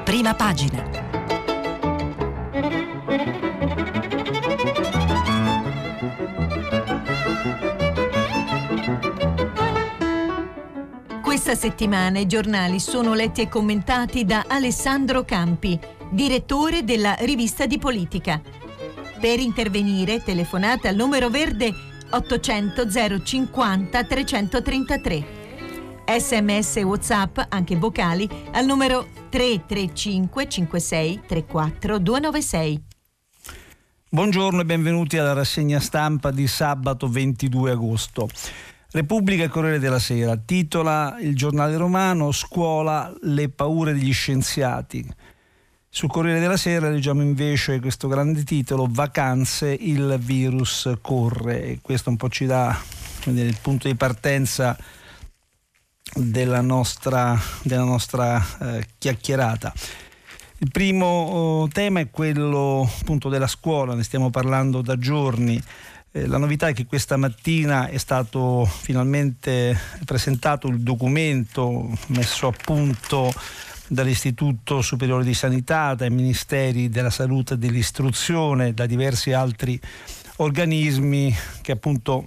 Prima pagina. Questa settimana i giornali sono letti e commentati da Alessandro Campi, direttore della Rivista di Politica. Per intervenire telefonate al numero verde 800 050 333. SMS e WhatsApp, anche vocali, al numero 335 56 34 296. Buongiorno e benvenuti alla rassegna stampa di sabato 22 agosto. Repubblica e Corriere della Sera titola il giornale romano: scuola, le paure degli scienziati. Sul Corriere della Sera leggiamo invece questo grande titolo: vacanze, il virus corre. E questo un po' ci dà il punto di partenza della nostra chiacchierata. Il primo tema è quello appunto della scuola, ne stiamo parlando da giorni. La novità è che questa mattina è stato finalmente presentato il documento messo a punto dall'Istituto Superiore di Sanità, dai Ministeri della Salute e dell'Istruzione, da diversi altri organismi, che appunto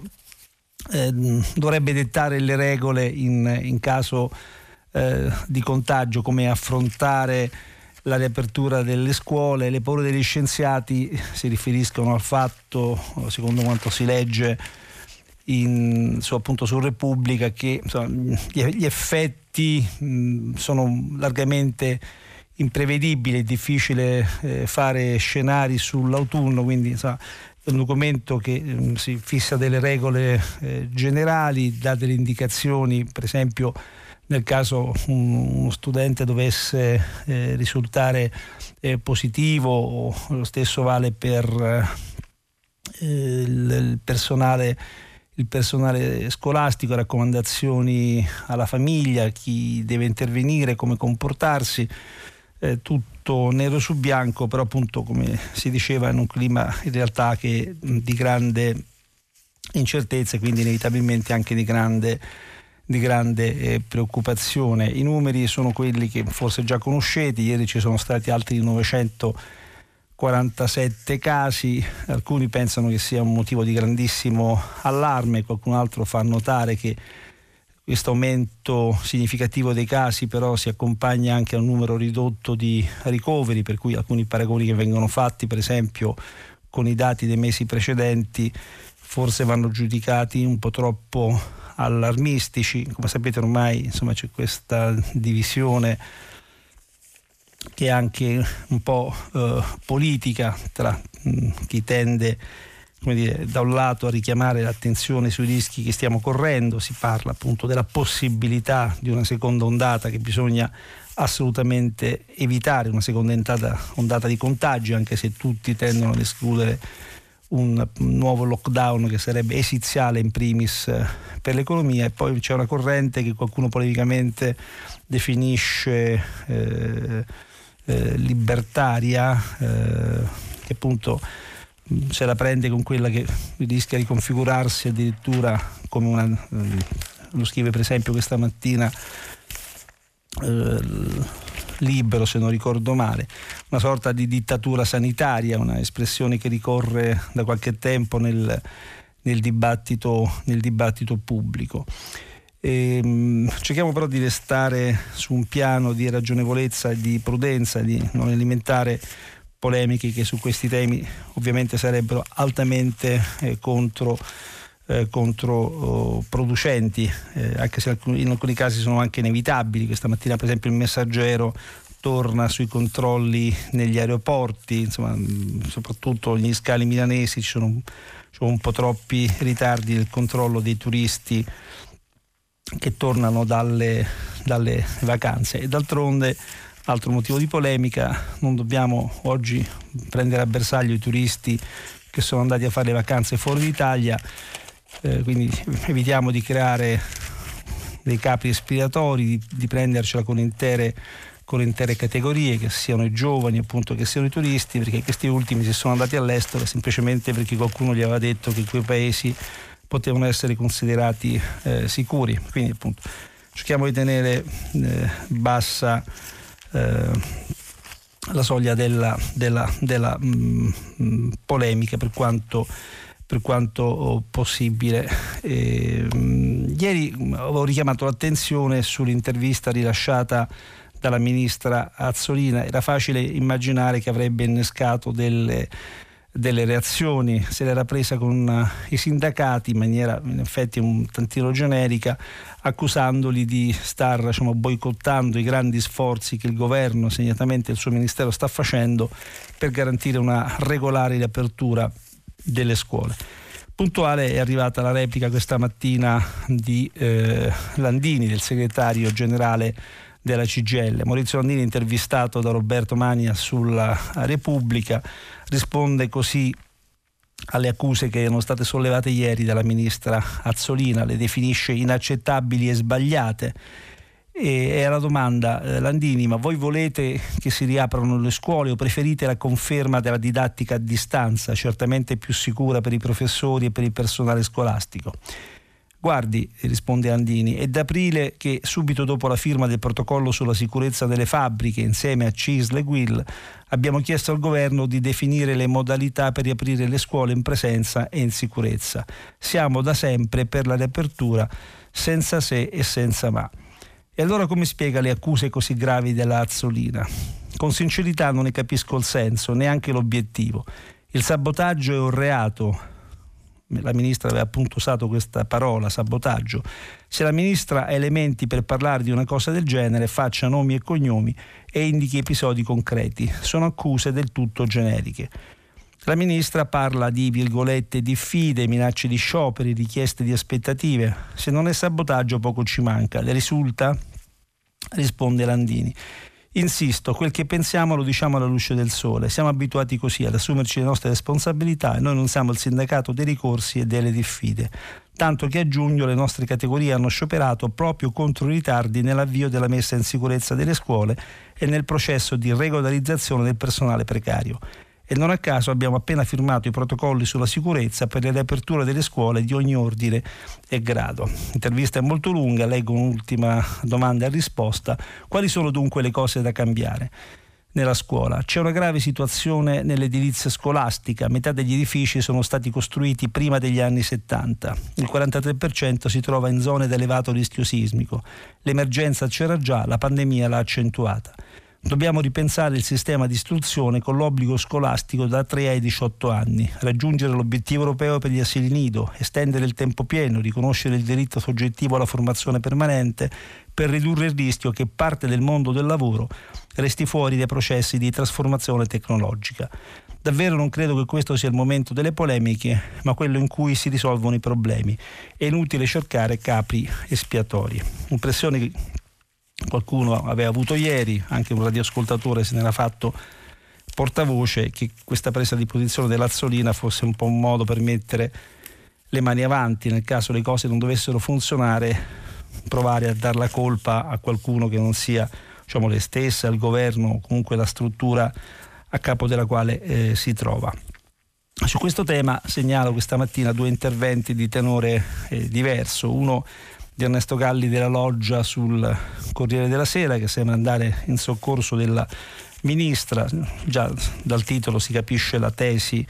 dovrebbe dettare le regole in caso di contagio, come affrontare la riapertura delle scuole. Le paure degli scienziati si riferiscono al fatto, secondo quanto si legge appunto su Repubblica, che insomma, gli effetti sono largamente imprevedibili, è difficile fare scenari sull'autunno, quindi insomma, è un documento che si fissa delle regole generali, dà delle indicazioni, per esempio nel caso uno studente dovesse risultare positivo, o lo stesso vale per il personale scolastico, raccomandazioni alla famiglia, chi deve intervenire, come comportarsi, tutto nero su bianco, però appunto, come si diceva, in un clima in realtà che di grande incertezza e quindi inevitabilmente anche di grande preoccupazione. I numeri sono quelli che forse già conoscete. Ieri ci sono stati altri 947 casi, alcuni pensano che sia un motivo di grandissimo allarme, qualcun altro fa notare che questo aumento significativo dei casi però si accompagna anche a un numero ridotto di ricoveri, per cui alcuni paragoni che vengono fatti, per esempio con i dati dei mesi precedenti, forse vanno giudicati un po' troppo allarmistici. Come sapete ormai insomma c'è questa divisione che è anche un po' politica tra chi tende, come dire, da un lato a richiamare l'attenzione sui rischi che stiamo correndo. Si parla appunto della possibilità di una seconda ondata che bisogna assolutamente evitare, una seconda ondata di contagi, anche se tutti tendono ad escludere un nuovo lockdown che sarebbe esiziale in primis per l'economia. E poi c'è una corrente che qualcuno polemicamente definisce libertaria, che appunto se la prende con quella che rischia di configurarsi addirittura come lo scrive per esempio questa mattina Libero, se non ricordo male, una sorta di dittatura sanitaria, una espressione che ricorre da qualche tempo nel dibattito pubblico. Cerchiamo però di restare su un piano di ragionevolezza e di prudenza, di non alimentare polemiche che su questi temi ovviamente sarebbero altamente controproducenti, anche se in alcuni casi sono anche inevitabili. Questa mattina per esempio il Messaggero torna sui controlli negli aeroporti, insomma, soprattutto negli scali milanesi ci sono un po' troppi ritardi nel controllo dei turisti che tornano dalle vacanze. E d'altronde, altro motivo di polemica, non dobbiamo oggi prendere a bersaglio i turisti che sono andati a fare le vacanze fuori d'Italia, quindi evitiamo di creare dei capri espiratori, di prendercela con intere categorie, che siano i giovani, appunto, che siano i turisti, perché questi ultimi, se sono andati all'estero, semplicemente perché qualcuno gli aveva detto che quei paesi potevano essere considerati sicuri. Quindi appunto cerchiamo di tenere bassa la soglia della polemica per quanto possibile. Ieri avevo richiamato l'attenzione sull'intervista rilasciata dalla ministra Azzolina. Era facile immaginare che avrebbe innescato delle reazioni, se l'era presa con i sindacati in maniera in effetti un tantino generica, accusandoli di star boicottando i grandi sforzi che il governo, segnatamente il suo ministero, sta facendo per garantire una regolare riapertura delle scuole. Puntuale è arrivata la replica questa mattina di Landini, del segretario generale della CGIL. Maurizio Landini, intervistato da Roberto Mania sulla Repubblica, risponde così alle accuse che erano state sollevate ieri dalla ministra Azzolina, le definisce inaccettabili e sbagliate. E alla domanda, Landini, ma voi volete che si riaprano le scuole o preferite la conferma della didattica a distanza, certamente più sicura per i professori e per il personale scolastico? Guardi, risponde Landini, è da aprile che subito dopo la firma del protocollo sulla sicurezza delle fabbriche insieme a CISL e UIL abbiamo chiesto al governo di definire le modalità per riaprire le scuole in presenza e in sicurezza. Siamo da sempre per la riapertura senza se e senza ma. E allora come spiega le accuse così gravi della Azzolina? Con sincerità non ne capisco il senso, neanche l'obiettivo. Il sabotaggio è un reato. La ministra aveva appunto usato questa parola, sabotaggio. Se la ministra ha elementi per parlare di una cosa del genere, faccia nomi e cognomi e indichi episodi concreti. Sono accuse del tutto generiche. La ministra parla di, virgolette, diffide, minacce di scioperi, richieste di aspettative. Se non è sabotaggio poco ci manca. Le risulta? Risponde Landini. Insisto, quel che pensiamo lo diciamo alla luce del sole. Siamo abituati così ad assumerci le nostre responsabilità e noi non siamo il sindacato dei ricorsi e delle diffide. Tanto che a giugno le nostre categorie hanno scioperato proprio contro i ritardi nell'avvio della messa in sicurezza delle scuole e nel processo di regolarizzazione del personale precario. E non a caso abbiamo appena firmato i protocolli sulla sicurezza per la riapertura delle scuole di ogni ordine e grado. L'intervista è molto lunga, leggo un'ultima domanda e risposta. Quali sono dunque le cose da cambiare nella scuola? C'è una grave situazione nell'edilizia scolastica, metà degli edifici sono stati costruiti prima degli anni 70, il 43% si trova in zone ad elevato rischio sismico, l'emergenza c'era già, la pandemia l'ha accentuata. Dobbiamo ripensare il sistema di istruzione con l'obbligo scolastico da 3 ai 18 anni, raggiungere l'obiettivo europeo per gli asili nido, estendere il tempo pieno, riconoscere il diritto soggettivo alla formazione permanente per ridurre il rischio che parte del mondo del lavoro resti fuori dai processi di trasformazione tecnologica. Davvero non credo che questo sia il momento delle polemiche, ma quello in cui si risolvono i problemi. È inutile cercare capri espiatori. Impressione che qualcuno aveva avuto ieri, anche un radioascoltatore se n'era fatto portavoce, che questa presa di posizione dell'Azzolina fosse un po' un modo per mettere le mani avanti nel caso le cose non dovessero funzionare, provare a dar la colpa a qualcuno che non sia le stesse, al governo o comunque la struttura a capo della quale si trova. Su questo tema segnalo questa mattina 2 interventi di tenore diverso, uno di Ernesto Galli della Loggia sul Corriere della Sera, che sembra andare in soccorso della ministra. Già dal titolo si capisce la tesi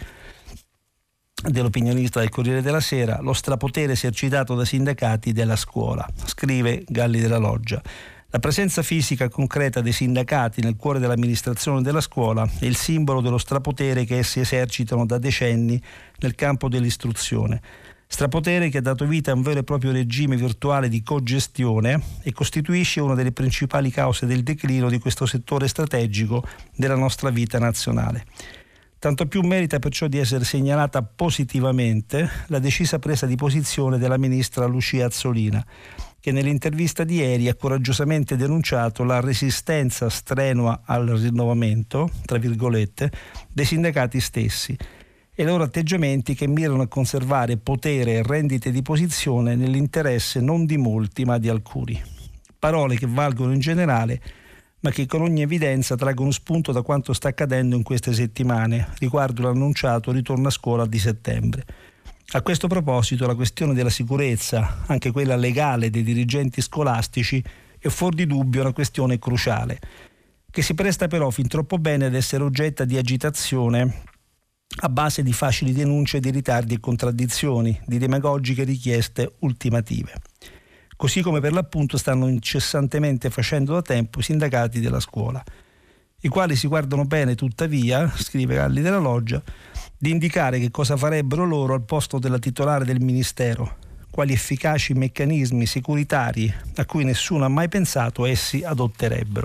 dell'opinionista del Corriere della Sera: lo strapotere esercitato dai sindacati della scuola. Scrive Galli della Loggia: la presenza fisica concreta dei sindacati nel cuore dell'amministrazione della scuola è il simbolo dello strapotere che essi esercitano da decenni nel campo dell'istruzione. Strapotere che ha dato vita a un vero e proprio regime virtuale di cogestione e costituisce una delle principali cause del declino di questo settore strategico della nostra vita nazionale. Tanto più merita perciò di essere segnalata positivamente la decisa presa di posizione della ministra Lucia Azzolina, che nell'intervista di ieri ha coraggiosamente denunciato la resistenza strenua al rinnovamento, tra virgolette, dei sindacati stessi e i loro atteggiamenti che mirano a conservare potere e rendite di posizione nell'interesse non di molti ma di alcuni. Parole che valgono in generale, ma che con ogni evidenza traggono spunto da quanto sta accadendo in queste settimane riguardo l'annunciato ritorno a scuola di settembre. A questo proposito la questione della sicurezza, anche quella legale dei dirigenti scolastici, è fuor di dubbio una questione cruciale. che si presta però fin troppo bene ad essere oggetto di agitazione a base di facili denunce di ritardi e contraddizioni, di demagogiche richieste ultimative. Così come per l'appunto stanno incessantemente facendo da tempo i sindacati della scuola, i quali si guardano bene tuttavia, scrive Galli della Loggia, di indicare che cosa farebbero loro al posto della titolare del ministero, quali efficaci meccanismi securitari a cui nessuno ha mai pensato essi adotterebbero.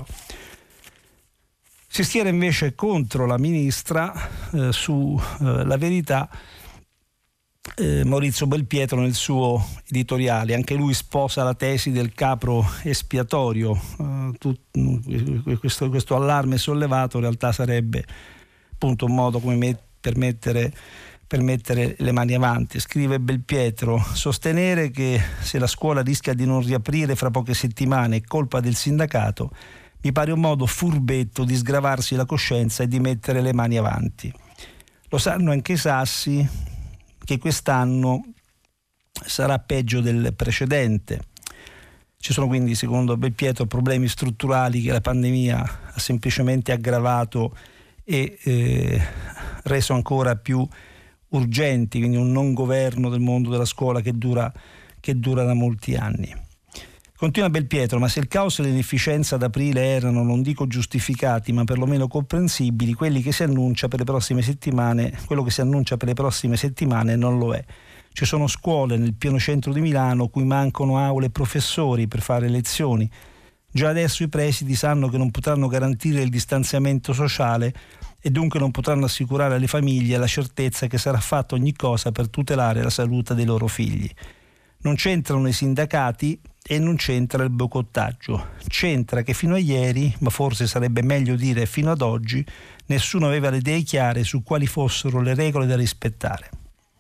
Si schiera invece contro la ministra su La Verità Maurizio Belpietro nel suo editoriale. Anche lui sposa la tesi del capro espiatorio. Questo allarme sollevato in realtà sarebbe appunto un modo come per mettere le mani avanti. Scrive Belpietro: sostenere che se la scuola rischia di non riaprire fra poche settimane è colpa del sindacato mi pare un modo furbetto di sgravarsi la coscienza e di mettere le mani avanti. Lo sanno anche i sassi che quest'anno sarà peggio del precedente. Ci sono quindi, secondo Belpietro, problemi strutturali che la pandemia ha semplicemente aggravato e reso ancora più urgenti, quindi un non governo del mondo della scuola che dura da molti anni. Continua Belpietro: ma se il caos e l'inefficienza ad aprile erano, non dico giustificati, ma perlomeno comprensibili, quello che si annuncia per le prossime settimane non lo è. Ci sono scuole nel pieno centro di Milano cui mancano aule e professori per fare lezioni. Già adesso i presidi sanno che non potranno garantire il distanziamento sociale e dunque non potranno assicurare alle famiglie la certezza che sarà fatta ogni cosa per tutelare la salute dei loro figli. Non c'entrano i sindacati e non c'entra il boicottaggio. C'entra che fino a ieri, ma forse sarebbe meglio dire fino ad oggi, nessuno aveva le idee chiare su quali fossero le regole da rispettare.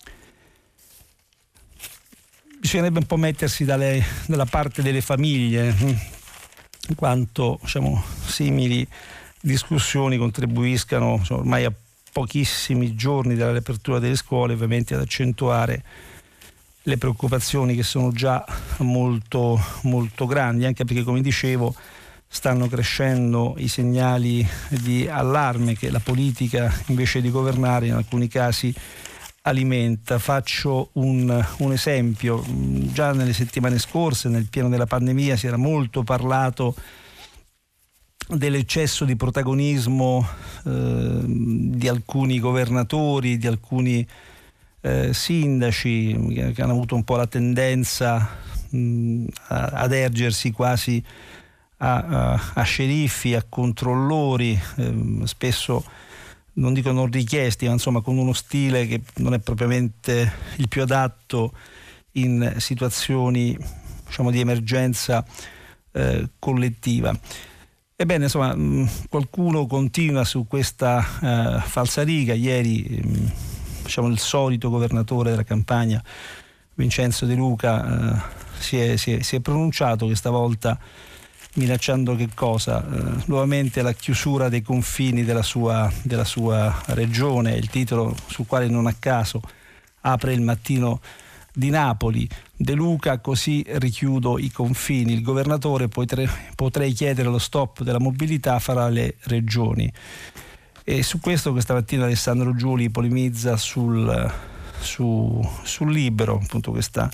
Bisognerebbe un po' mettersi dalla parte delle famiglie, in quanto simili discussioni contribuiscano ormai a pochissimi giorni dalla riapertura delle scuole ovviamente ad accentuare le preoccupazioni che sono già molto, molto grandi, anche perché, come dicevo, stanno crescendo i segnali di allarme che la politica, invece di governare, in alcuni casi alimenta. Faccio un esempio: già nelle settimane scorse, nel pieno della pandemia, si era molto parlato dell'eccesso di protagonismo di alcuni governatori, di alcuni sindaci che hanno avuto un po' la tendenza ad ergersi quasi a sceriffi, a controllori, spesso non dico non richiesti, ma insomma con uno stile che non è propriamente il più adatto in situazioni di emergenza collettiva. Ebbene, insomma, qualcuno continua su questa falsariga. Ieri il solito governatore della Campania, Vincenzo De Luca, si è pronunciato questa volta minacciando che cosa? Nuovamente la chiusura dei confini della sua regione, il titolo sul quale non a caso apre Il Mattino di Napoli. De Luca: così richiudo i confini, il governatore potrei chiedere lo stop della mobilità, farà le regioni. E su questo questa mattina Alessandro Giuli polemizza sul Libero, appunto questo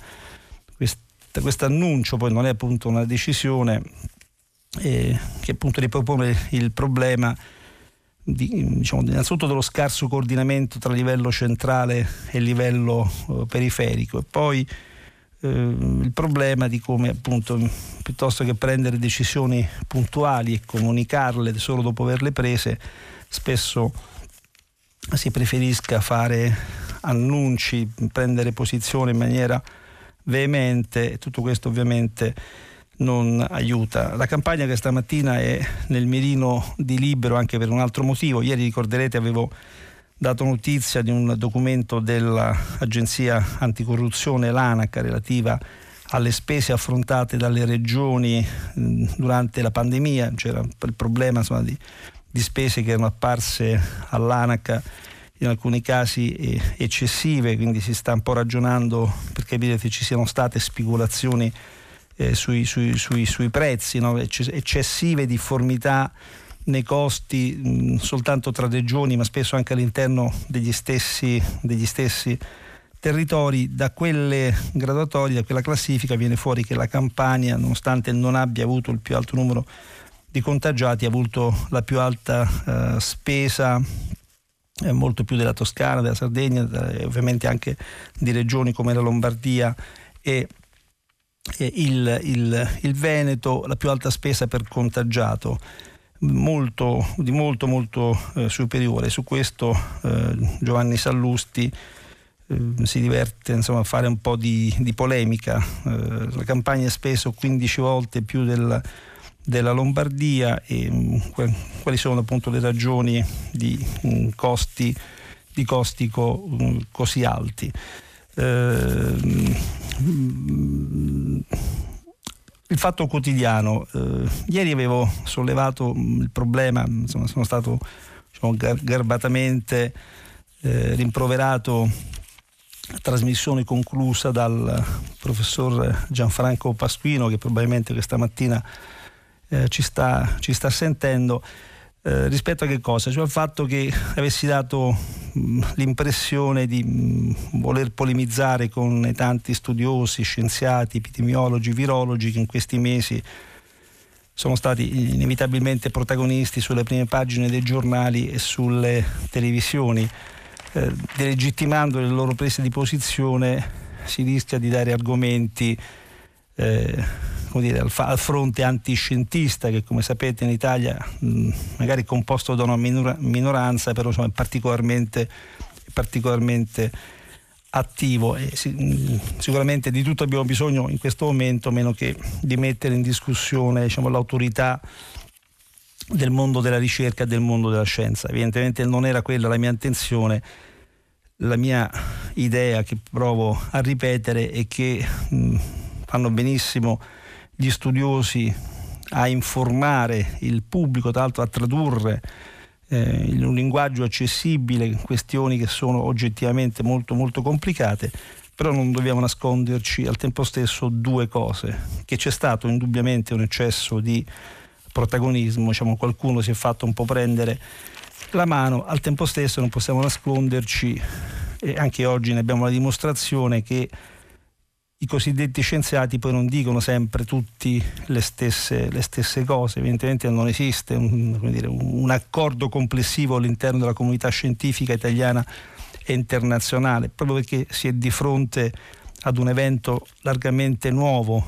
annuncio poi non è appunto una decisione che appunto ripropone il problema innanzitutto dello scarso coordinamento tra livello centrale e livello periferico, e poi il problema di come appunto piuttosto che prendere decisioni puntuali e comunicarle solo dopo averle prese, spesso si preferisca fare annunci, prendere posizione in maniera veemente, e tutto questo ovviamente non aiuta. La campagna che stamattina è nel mirino di Libero anche per un altro motivo. Ieri, ricorderete, avevo dato notizia di un documento dell'agenzia anticorruzione, l'ANAC, relativa alle spese affrontate dalle regioni durante la pandemia. C'era il problema di spese che erano apparse all'ANAC in alcuni casi eccessive, quindi si sta un po' ragionando per capire se ci siano state speculazioni sui prezzi, eccessive difformità nei costi soltanto tra regioni, ma spesso anche all'interno degli stessi territori. Da quelle graduatorie, da quella classifica viene fuori che la Campania, nonostante non abbia avuto il più alto numero di contagiati, ha avuto la più alta spesa, molto più della Toscana, della Sardegna, ovviamente anche di regioni come la Lombardia e il Veneto, la più alta spesa per contagiato, molto superiore. Su questo Giovanni Sallusti si diverte a fare un po' di polemica. La Campania ha speso 15 volte più della Lombardia, e quali sono appunto le ragioni di costi così alti. Il Fatto Quotidiano, ieri avevo sollevato il problema, sono stato garbatamente rimproverato, trasmissione conclusa dal professor Gianfranco Pasquino, che probabilmente questa mattina ci sta sentendo, rispetto a che cosa? Cioè al fatto che avessi dato l'impressione di voler polemizzare con i tanti studiosi, scienziati, epidemiologi, virologi che in questi mesi sono stati inevitabilmente protagonisti sulle prime pagine dei giornali e sulle televisioni. Delegittimando le loro prese di posizione si rischia di dare argomenti al fronte antiscientista, che come sapete in Italia magari è composto da una minoranza, però è particolarmente attivo, e sicuramente di tutto abbiamo bisogno in questo momento, meno che di mettere in discussione l'autorità del mondo della ricerca e del mondo della scienza. Evidentemente non era quella la mia intenzione. La mia idea, che provo a ripetere, è che fanno benissimo gli studiosi a informare il pubblico, tra l'altro a tradurre in un linguaggio accessibile questioni che sono oggettivamente molto molto complicate, però non dobbiamo nasconderci al tempo stesso due cose: che c'è stato indubbiamente un eccesso di protagonismo, qualcuno si è fatto un po' prendere la mano. Al tempo stesso non possiamo nasconderci, e anche oggi ne abbiamo la dimostrazione, che i cosiddetti scienziati poi non dicono sempre tutti le stesse cose. Evidentemente non esiste un accordo complessivo all'interno della comunità scientifica italiana e internazionale, proprio perché si è di fronte ad un evento largamente nuovo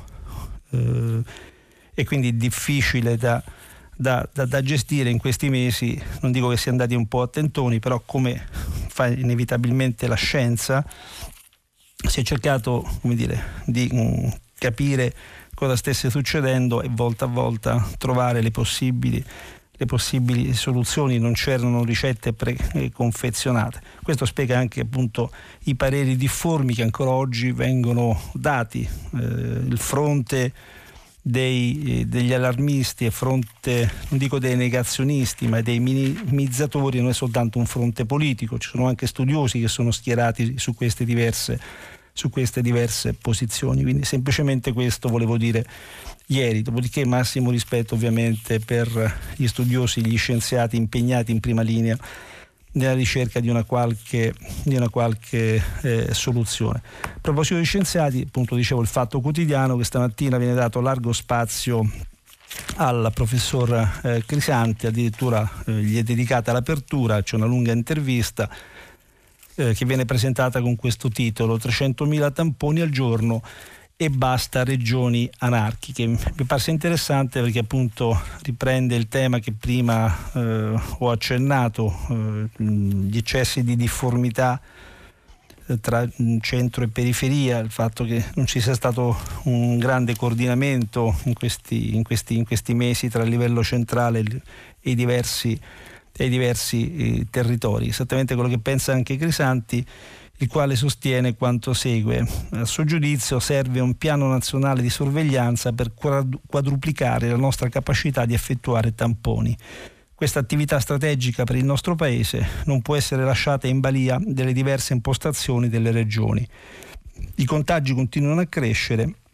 e quindi difficile da gestire in questi mesi. Non dico che si è andati un po' a tentoni, però come fa inevitabilmente la scienza, si è cercato di capire cosa stesse succedendo e volta a volta trovare le possibili soluzioni. Non c'erano ricette preconfezionate. Questo spiega anche appunto i pareri difformi che ancora oggi vengono dati. Il fronte degli allarmisti e fronte, non dico dei negazionisti, ma dei minimizzatori, non è soltanto un fronte politico. Ci sono anche studiosi che sono schierati su queste diverse posizioni. Quindi semplicemente questo volevo dire ieri. Dopodiché massimo rispetto ovviamente per gli studiosi, gli scienziati impegnati in prima linea nella ricerca di una qualche soluzione. A proposito di scienziati, appunto dicevo, il Fatto Quotidiano, questa mattina viene dato largo spazio al professor Crisanti, addirittura gli è dedicata l'apertura, c'è una lunga intervista che viene presentata con questo titolo: 300.000 tamponi al giorno e basta regioni anarchiche. Mi pare interessante perché appunto riprende il tema che prima ho accennato, gli eccessi di difformità tra centro e periferia, il fatto che non ci sia stato un grande coordinamento in questi mesi tra il livello centrale e i diversi territori. Esattamente quello che pensa anche Crisanti, il quale sostiene quanto segue: a suo giudizio serve un piano nazionale di sorveglianza per quadruplicare la nostra capacità di effettuare tamponi. Questa attività strategica per il nostro Paese non può essere lasciata in balia delle diverse impostazioni delle regioni. I contagi continuano a crescere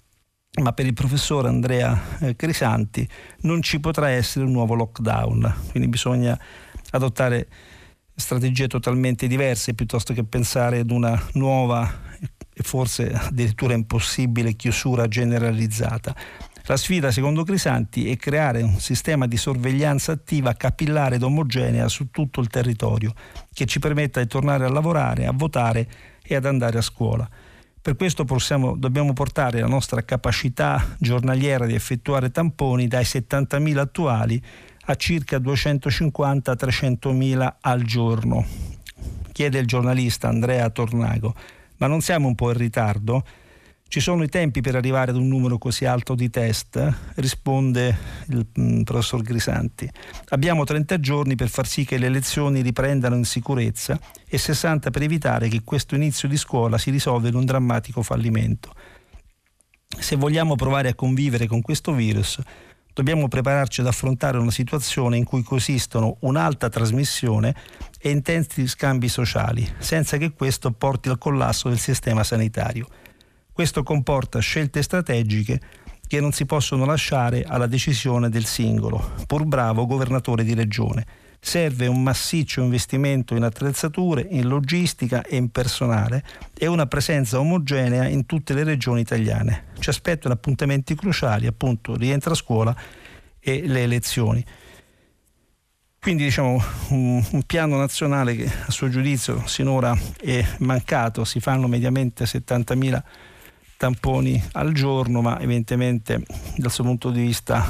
ma per il professor Andrea Crisanti non ci potrà essere un nuovo lockdown, quindi bisogna adottare strategie totalmente diverse piuttosto che pensare ad una nuova e forse addirittura impossibile chiusura generalizzata. La sfida, secondo Crisanti, è creare un sistema di sorveglianza attiva, capillare ed omogenea su tutto il territorio, che ci permetta di tornare a lavorare, a votare e ad andare a scuola. Per questo dobbiamo portare la nostra capacità giornaliera di effettuare tamponi dai 70.000 attuali a circa 250-300.000 al giorno. Chiede il giornalista Andrea Tornago: ma non siamo un po' in ritardo? Ci sono i tempi per arrivare ad un numero così alto di test? Risponde il professor Crisanti. Abbiamo 30 giorni per far sì che le lezioni riprendano in sicurezza e 60 per evitare che questo inizio di scuola si risolva in un drammatico fallimento. Se vogliamo provare a convivere con questo virus, dobbiamo prepararci ad affrontare una situazione in cui coesistono un'alta trasmissione e intensi scambi sociali, senza che questo porti al collasso del sistema sanitario. Questo comporta scelte strategiche che non si possono lasciare alla decisione del singolo, pur bravo governatore di regione. Serve un massiccio investimento in attrezzature, in logistica e in personale e una presenza omogenea in tutte le regioni italiane. Ci aspettano appuntamenti cruciali, appunto, rientro a scuola e le elezioni. Quindi un piano nazionale che a suo giudizio sinora è mancato. Si fanno mediamente 70.000 tamponi al giorno, ma evidentemente dal suo punto di vista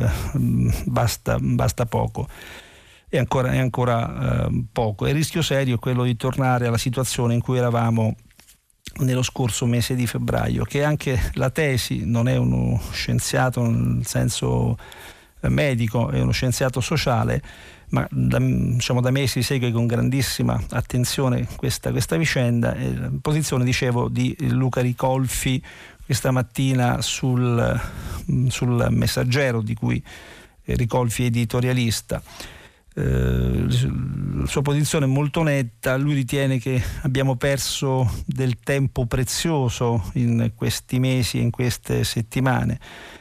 basta poco. È ancora poco. Il rischio serio è quello di tornare alla situazione in cui eravamo nello scorso mese di febbraio, che anche la tesi, non è uno scienziato nel senso medico, è uno scienziato sociale, ma da mesi segue con grandissima attenzione questa vicenda. La posizione, dicevo, di Luca Ricolfi questa mattina sul Messaggero, di cui Ricolfi è editorialista. La sua posizione è molto netta. Lui ritiene che abbiamo perso del tempo prezioso in questi mesi e in queste settimane,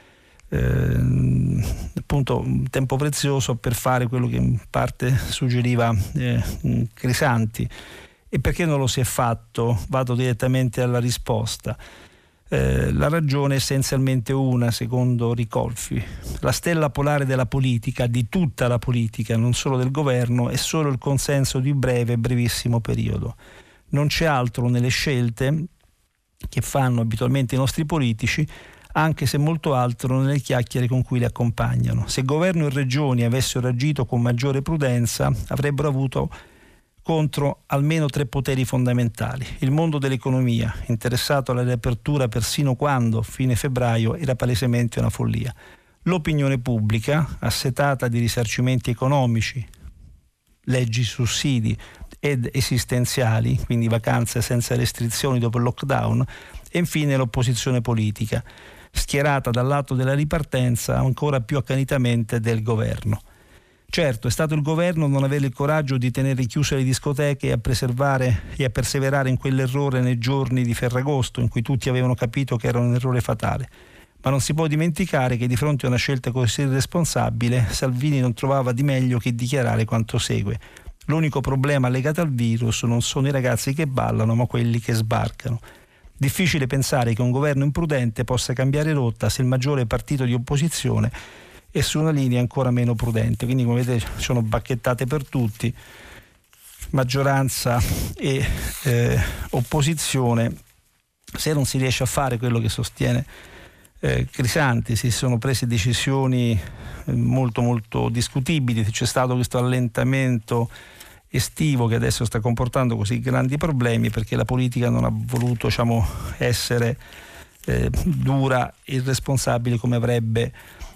appunto un tempo prezioso per fare quello che in parte suggeriva Crisanti. E perché non lo si è fatto? Vado direttamente alla risposta. La ragione è essenzialmente una, secondo Ricolfi: la stella polare della politica, di tutta la politica, non solo del governo, è solo il consenso di brevissimo periodo. Non c'è altro nelle scelte che fanno abitualmente i nostri politici, anche se molto altro nelle chiacchiere con cui li accompagnano. Se governo e regioni avessero agito con maggiore prudenza, avrebbero avuto contro almeno 3 poteri fondamentali: il mondo dell'economia, interessato alla riapertura persino quando, fine febbraio, era palesemente una follia; l'opinione pubblica, assetata di risarcimenti economici, leggi sussidi ed esistenziali, quindi vacanze senza restrizioni dopo il lockdown; e infine l'opposizione politica, schierata dal lato della ripartenza ancora più accanitamente del governo. Certo, è stato il governo non avere il coraggio di tenere chiuse le discoteche e a perseverare in quell'errore nei giorni di Ferragosto, in cui tutti avevano capito che era un errore fatale. Ma non si può dimenticare che di fronte a una scelta così irresponsabile, Salvini non trovava di meglio che dichiarare quanto segue: l'unico problema legato al virus non sono i ragazzi che ballano, ma quelli che sbarcano. Difficile pensare che un governo imprudente possa cambiare rotta se il maggiore partito di opposizione è su una linea ancora meno prudente. Quindi, come vedete, ci sono bacchettate per tutti, maggioranza e opposizione. Se non si riesce a fare quello che sostiene Crisanti, si sono prese decisioni molto molto discutibili. C'è stato questo allentamento estivo che adesso sta comportando così grandi problemi perché la politica non ha voluto, essere dura e responsabile come avrebbe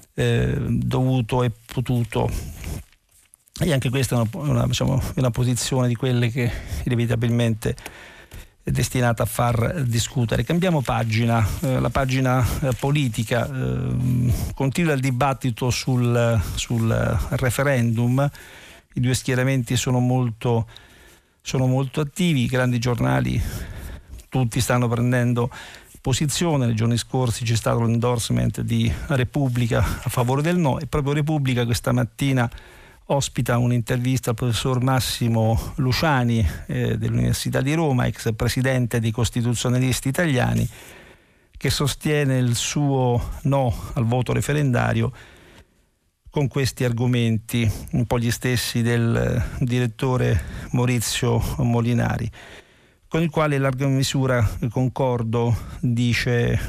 dovuto e potuto. E anche questa è una posizione di quelle che inevitabilmente è destinata a far discutere. Cambiamo pagina, la pagina politica. Continua il dibattito sul referendum. I 2 schieramenti sono molto attivi, i grandi giornali tutti stanno prendendo posizione. Nei giorni scorsi c'è stato l'endorsement di Repubblica a favore del no, e proprio Repubblica questa mattina ospita un'intervista al professor Massimo Luciani dell'Università di Roma, ex presidente dei Costituzionalisti Italiani, che sostiene il suo no al voto referendario con questi argomenti, un po' gli stessi del direttore Maurizio Molinari, con il quale in larga misura concordo, dice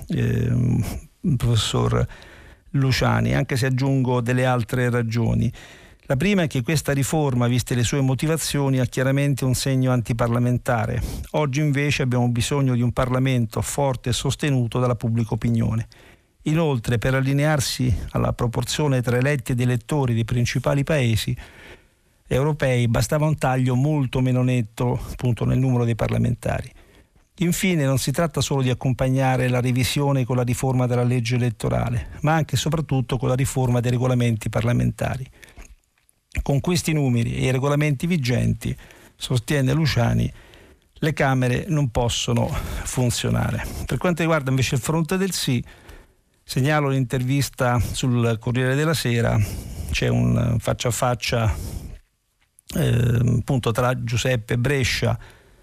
il professor Luciani, anche se aggiungo delle altre ragioni. La prima è che questa riforma, viste le sue motivazioni, ha chiaramente un segno antiparlamentare. Oggi invece abbiamo bisogno di un Parlamento forte e sostenuto dalla pubblica opinione. Inoltre, per allinearsi alla proporzione tra eletti ed elettori dei principali paesi europei, bastava un taglio molto meno netto, appunto, nel numero dei parlamentari. Infine, non si tratta solo di accompagnare la revisione con la riforma della legge elettorale, ma anche e soprattutto con la riforma dei regolamenti parlamentari. Con questi numeri e i regolamenti vigenti, sostiene Luciani, le Camere non possono funzionare. Per quanto riguarda invece il fronte del sì, segnalo l'intervista sul Corriere della Sera. C'è un faccia a faccia appunto tra Giuseppe Brescia,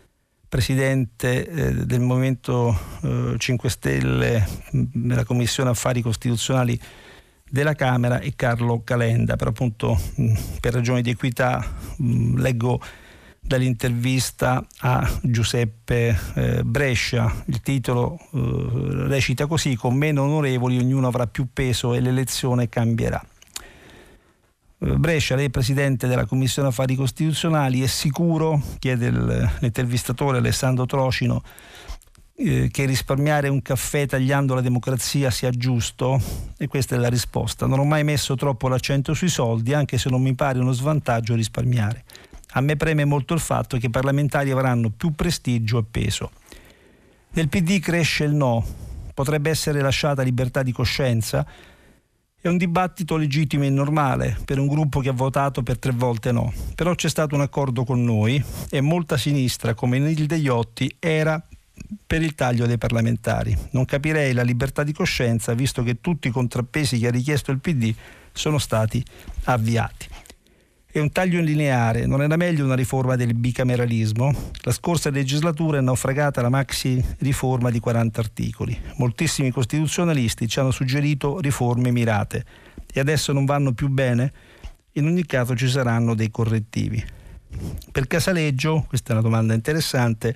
presidente del Movimento 5 Stelle della Commissione Affari Costituzionali della Camera, e Carlo Calenda. Per appunto per ragioni di equità leggo dall'intervista a Giuseppe Brescia. Il titolo recita così: con meno onorevoli ognuno avrà più peso e l'elezione cambierà. Brescia, lei è presidente della Commissione Affari Costituzionali, è sicuro, chiede l'intervistatore Alessandro Trocino, che risparmiare un caffè tagliando la democrazia sia giusto? E questa è la risposta: non ho mai messo troppo l'accento sui soldi, anche se non mi pare uno svantaggio risparmiare. A me preme molto il fatto che i parlamentari avranno più prestigio e peso. Nel PD cresce il no, potrebbe essere lasciata libertà di coscienza? È un dibattito legittimo e normale per un gruppo che ha votato per 3 volte no, però c'è stato un accordo con noi e molta sinistra, come Nilde Iotti, era per il taglio dei parlamentari. Non capirei la libertà di coscienza, visto che tutti i contrappesi che ha richiesto il PD sono stati avviati. È un taglio lineare, non era meglio una riforma del bicameralismo? La scorsa legislatura è naufragata la maxi riforma di 40 articoli. Moltissimi costituzionalisti ci hanno suggerito riforme mirate e adesso non vanno più bene? In ogni caso ci saranno dei correttivi. Per Casaleggio, questa è una domanda interessante,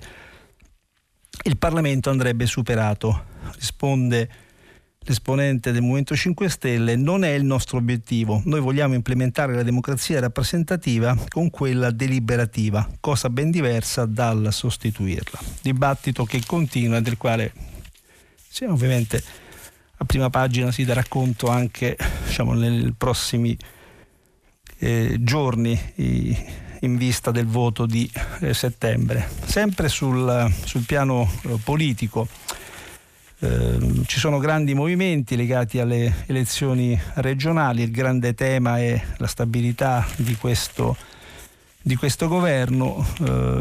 il Parlamento andrebbe superato. Risponde l'esponente del Movimento 5 Stelle: non è il nostro obiettivo, noi vogliamo implementare la democrazia rappresentativa con quella deliberativa, cosa ben diversa dal sostituirla. Dibattito che continua e del quale ovviamente a prima pagina si darà conto anche nei prossimi giorni in vista del voto di settembre. Sempre sul piano politico ci sono grandi movimenti legati alle elezioni regionali. Il grande tema è la stabilità di questo governo.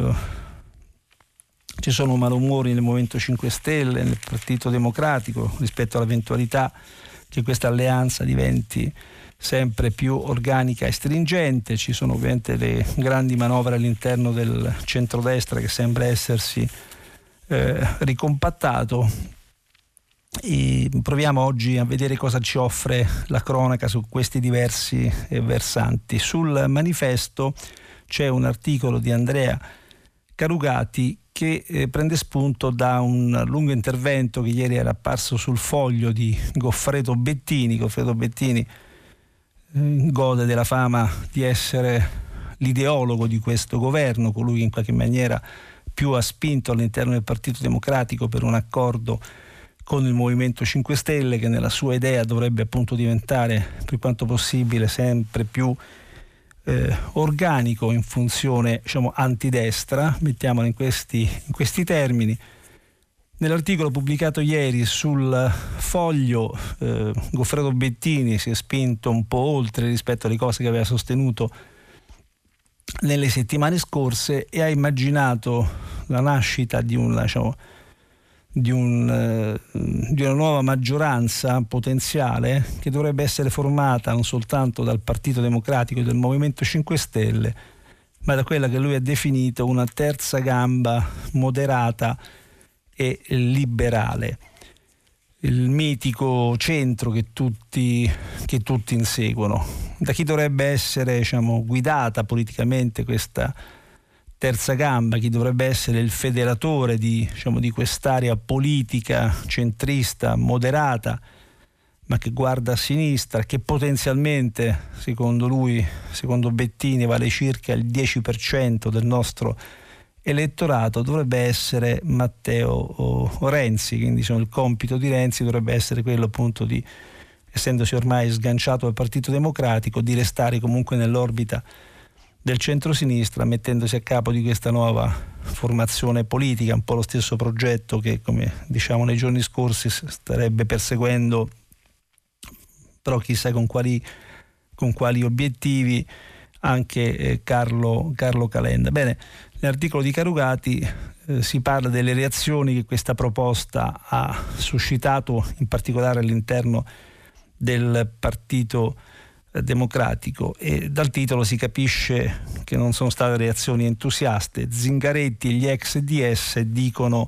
Ci sono malumori nel Movimento 5 Stelle, nel Partito Democratico, rispetto all'eventualità che questa alleanza diventi sempre più organica e stringente. Ci sono ovviamente le grandi manovre all'interno del centrodestra che sembra essersi ricompattato. E proviamo oggi a vedere cosa ci offre la cronaca su questi diversi versanti. Sul Manifesto c'è un articolo di Andrea Carugati che prende spunto da un lungo intervento che ieri era apparso sul Foglio di Goffredo Bettini. Goffredo Bettini gode della fama di essere l'ideologo di questo governo, colui che in qualche maniera più ha spinto all'interno del Partito Democratico per un accordo con il Movimento 5 Stelle, che nella sua idea dovrebbe appunto diventare per quanto possibile sempre più organico in funzione antidestra, mettiamolo in questi termini. Nell'articolo pubblicato ieri sul Foglio Goffredo Bettini si è spinto un po' oltre rispetto alle cose che aveva sostenuto nelle settimane scorse e ha immaginato la nascita di di una nuova maggioranza potenziale che dovrebbe essere formata non soltanto dal Partito Democratico e del Movimento 5 Stelle, ma da quella che lui ha definito una terza gamba moderata e liberale, il mitico centro che tutti inseguono. Da chi dovrebbe essere, guidata politicamente questa terza gamba, chi dovrebbe essere il federatore di quest'area politica centrista, moderata, ma che guarda a sinistra, che potenzialmente, secondo lui, secondo Bettini, vale circa il 10% del nostro elettorato, dovrebbe essere Matteo Renzi. Quindi il compito di Renzi dovrebbe essere quello appunto di, essendosi ormai sganciato dal Partito Democratico, di restare comunque nell'orbita del centro-sinistra, mettendosi a capo di questa nuova formazione politica, un po' lo stesso progetto che, come diciamo nei giorni scorsi, starebbe perseguendo, però chissà con quali obiettivi, anche Carlo Calenda. Bene, nell'articolo di Carugati si parla delle reazioni che questa proposta ha suscitato, in particolare all'interno del Partito Democratico, e dal titolo si capisce che non sono state reazioni entusiaste. Zingaretti e gli ex DS dicono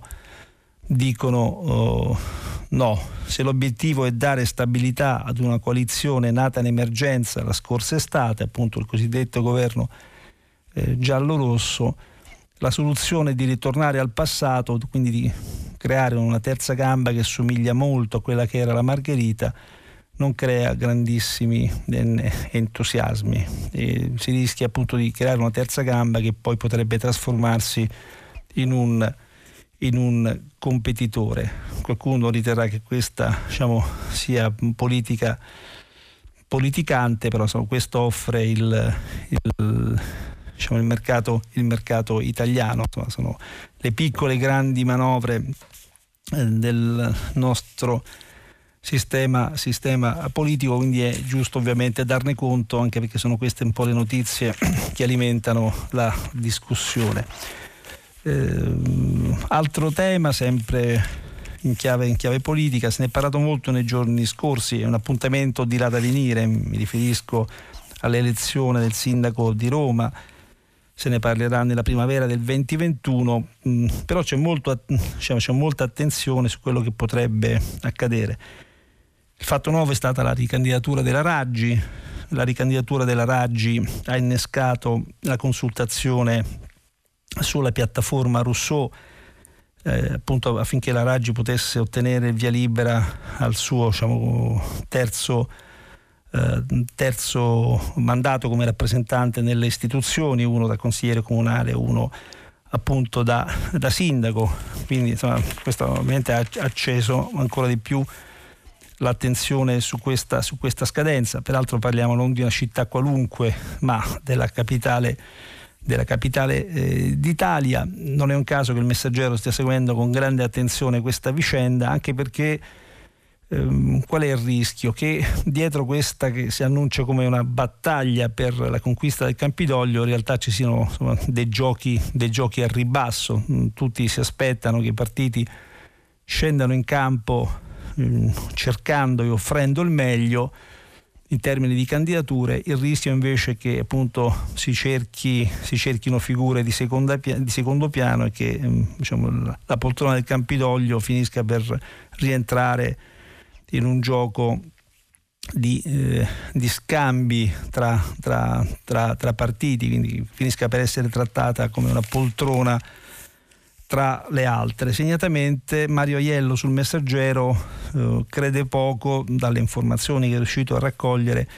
no. Se l'obiettivo è dare stabilità ad una coalizione nata in emergenza la scorsa estate, appunto il cosiddetto governo giallo-rosso, la soluzione è di ritornare al passato, quindi di creare una terza gamba che somiglia molto a quella che era la Margherita, non crea grandissimi entusiasmi, e si rischia appunto di creare una terza gamba che poi potrebbe trasformarsi in un competitore. Qualcuno riterrà che questa sia politicante, però questo offre il mercato italiano. Sono le piccole e grandi manovre del nostro sistema politico, quindi è giusto ovviamente darne conto, anche perché sono queste un po' le notizie che alimentano la discussione. Altro tema, sempre in chiave politica, se ne è parlato molto nei giorni scorsi, è un appuntamento di là da venire, mi riferisco all'elezione del sindaco di Roma. Se ne parlerà nella primavera del 2021, però c'è molta attenzione su quello che potrebbe accadere. Il fatto nuovo è stata la ricandidatura della Raggi. La ricandidatura della Raggi ha innescato la consultazione sulla piattaforma Rousseau, appunto affinché la Raggi potesse ottenere il via libera al suo terzo mandato come rappresentante nelle istituzioni, uno da consigliere comunale, uno appunto da sindaco. Quindi questo ovviamente ha acceso ancora di più l'attenzione su questa scadenza. Peraltro parliamo non di una città qualunque, ma della capitale d'Italia. Non è un caso che il Messaggero stia seguendo con grande attenzione questa vicenda, anche perché qual è il rischio? Che dietro questa, che si annuncia come una battaglia per la conquista del Campidoglio, in realtà ci siano dei giochi al ribasso. Tutti si aspettano che i partiti scendano in campo cercando e offrendo il meglio in termini di candidature. Il rischio invece è che appunto si cerchino figure di secondo piano e che la poltrona del Campidoglio finisca per rientrare in un gioco di scambi tra partiti, quindi finisca per essere trattata come una poltrona tra le altre. Segnatamente Mario Aiello sul Messaggero crede poco, dalle informazioni che è riuscito a raccogliere,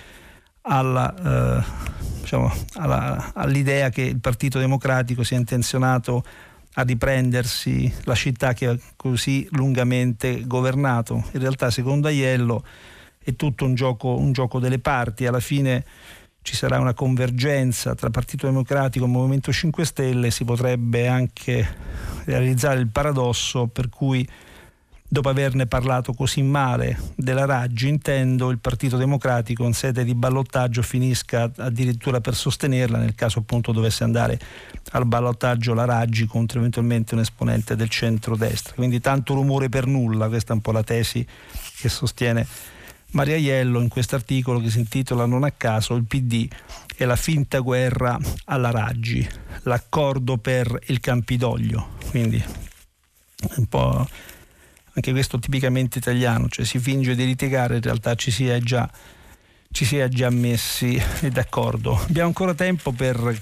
all'idea che il Partito Democratico sia intenzionato a riprendersi la città che ha così lungamente governato. In realtà, secondo Aiello, è tutto un gioco delle parti. Alla fine ci sarà una convergenza tra Partito Democratico e Movimento 5 Stelle. Si potrebbe anche realizzare il paradosso per cui dopo averne parlato così male della Raggi, intendo il Partito Democratico in sede di ballottaggio finisca addirittura per sostenerla nel caso appunto dovesse andare al ballottaggio la Raggi contro eventualmente un esponente del centrodestra. Quindi tanto rumore per nulla, questa è un po' la tesi che sostiene Maria Aiello in questo articolo che si intitola non a caso il PD e la finta guerra alla Raggi, l'accordo per il Campidoglio. Quindi un po' anche questo tipicamente italiano, cioè si finge di litigare, in realtà ci si è già messi d'accordo. Abbiamo ancora tempo per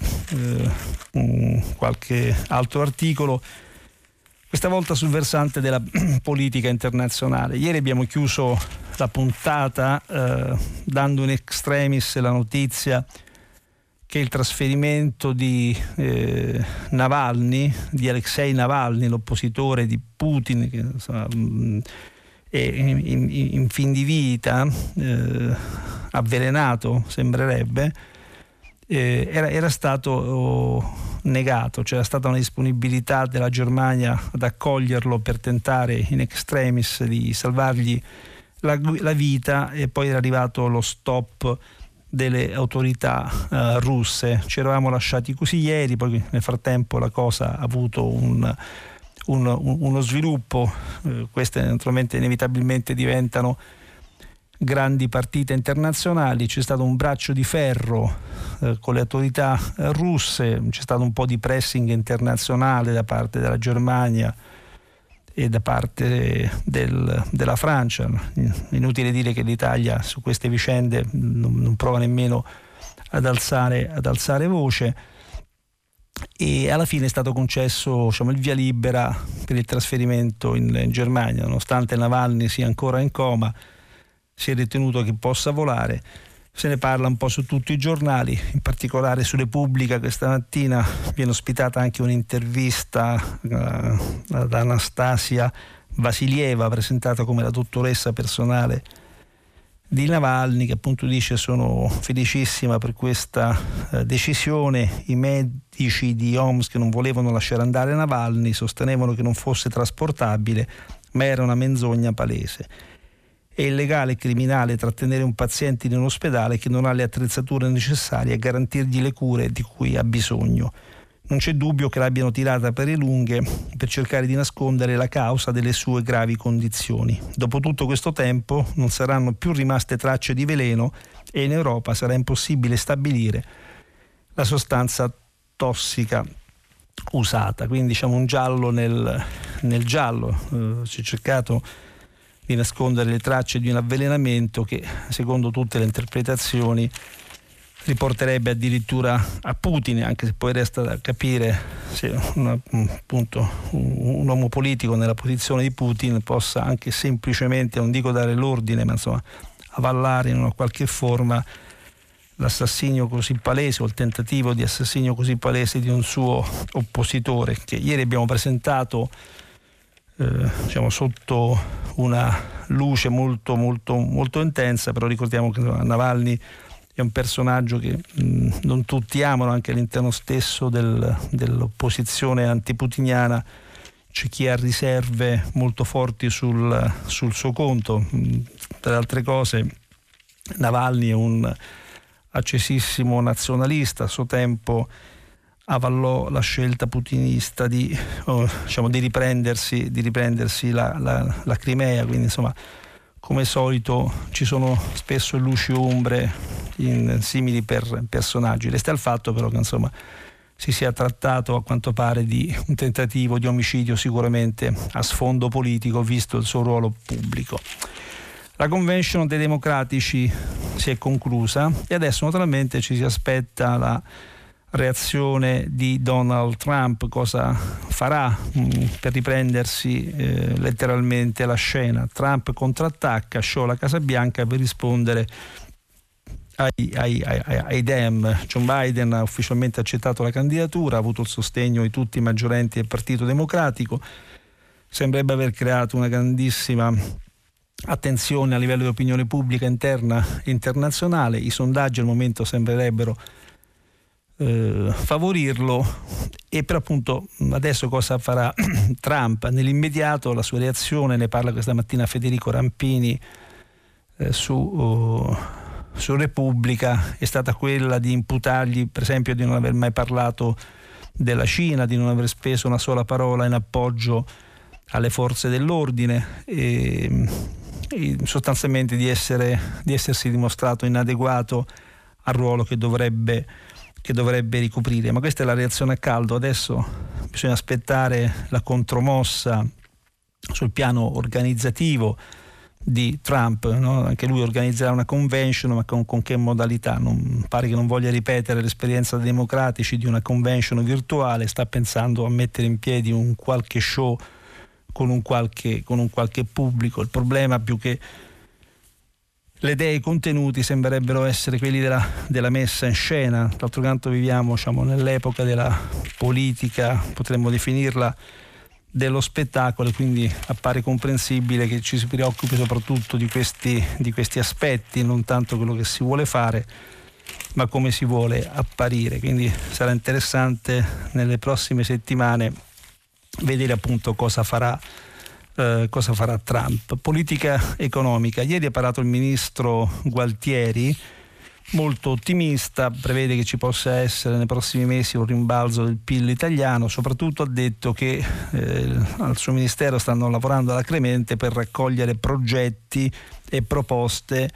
qualche altro articolo, questa volta sul versante della politica internazionale. Ieri abbiamo chiuso la puntata dando in extremis la notizia che il trasferimento di Navalny, di Alexei Navalny, l'oppositore di Putin, che insomma, è in fin di vita, avvelenato sembrerebbe, era stato negato. C'era stata una disponibilità della Germania ad accoglierlo per tentare in extremis di salvargli la vita, e poi era arrivato lo stop delle autorità russe. Ci eravamo lasciati così ieri, poi nel frattempo la cosa ha avuto uno sviluppo. Queste naturalmente inevitabilmente diventano grandi partite internazionali. C'è stato un braccio di ferro con le autorità russe, c'è stato un po' di pressing internazionale da parte della Germania e da parte della Francia. Inutile dire che l'Italia su queste vicende non prova nemmeno ad alzare voce, e alla fine è stato concesso, diciamo, il via libera per il trasferimento in Germania. Nonostante Navalny sia ancora in coma, si è ritenuto che possa volare. Se ne parla un po' su tutti i giornali, in particolare su Repubblica questa mattina viene ospitata anche un'intervista ad Anastasia Vasilieva, presentata come la dottoressa personale di Navalny, che appunto dice: sono felicissima per questa decisione. I medici di Omsk non volevano lasciare andare Navalny, sostenevano che non fosse trasportabile, ma era una menzogna palese. È illegale e criminale trattenere un paziente in un ospedale che non ha le attrezzature necessarie a garantirgli le cure di cui ha bisogno. Non c'è dubbio che l'abbiano tirata per le lunghe per cercare di nascondere la causa delle sue gravi condizioni. Dopo tutto questo tempo non saranno più rimaste tracce di veleno e in Europa sarà impossibile stabilire la sostanza tossica usata. Quindi diciamo un giallo nel giallo. Si è cercato di nascondere le tracce di un avvelenamento che, secondo tutte le interpretazioni, riporterebbe addirittura a Putin, anche se poi resta da capire se appunto un uomo politico nella posizione di Putin possa anche semplicemente, non dico dare l'ordine, ma insomma avallare in una qualche forma l'assassinio così palese, o il tentativo di assassinio così palese di un suo oppositore, che ieri abbiamo presentato diciamo sotto una luce molto molto molto intensa. Però ricordiamo che Navalny è un personaggio che non tutti amano, anche all'interno stesso dell'opposizione antiputiniana c'è chi ha riserve molto forti sul suo conto. Tra le altre cose, Navalny è un accesissimo nazionalista. A suo tempo avallò la scelta putinista di riprendersi la Crimea. Quindi insomma, come solito ci sono spesso luci o ombre in simili personaggi. Resta il fatto però che insomma si sia trattato a quanto pare di un tentativo di omicidio sicuramente a sfondo politico, visto il suo ruolo pubblico. La convention dei democratici si è conclusa e adesso naturalmente ci si aspetta la reazione di Donald Trump. Cosa farà per riprendersi letteralmente la scena? Trump contrattacca, show alla Casa Bianca per rispondere ai Dem. John Biden ha ufficialmente accettato la candidatura, ha avuto il sostegno di tutti i maggiorenti del Partito Democratico, sembrerebbe aver creato una grandissima attenzione a livello di opinione pubblica interna e internazionale. I sondaggi al momento sembrerebbero favorirlo, E però appunto adesso cosa farà Trump? Nell'immediato la sua reazione, ne parla questa mattina Federico Rampini su Repubblica, è stata quella di imputargli per esempio di non aver mai parlato della Cina, di non aver speso una sola parola in appoggio alle forze dell'ordine e sostanzialmente di essersi dimostrato inadeguato al ruolo che dovrebbe ricoprire. Ma questa è la reazione a caldo. Adesso bisogna aspettare la contromossa sul piano organizzativo di Trump, no? Anche lui organizzerà una convention, ma con che modalità? Pare che non voglia ripetere l'esperienza dei democratici di una convention virtuale, sta pensando a mettere in piedi un qualche show con un qualche pubblico. Il problema, più che le idee e i contenuti, sembrerebbero essere quelli della messa in scena. D'altro canto viviamo, diciamo, nell'epoca della politica, potremmo definirla, dello spettacolo, e quindi appare comprensibile che ci si preoccupi soprattutto di questi aspetti, non tanto quello che si vuole fare, ma come si vuole apparire. Quindi sarà interessante nelle prossime settimane vedere appunto cosa farà Trump. Politica economica. Ieri ha parlato il ministro Gualtieri, molto ottimista, prevede che ci possa essere nei prossimi mesi un rimbalzo del PIL italiano. Soprattutto ha detto che al suo ministero stanno lavorando alacremente per raccogliere progetti e proposte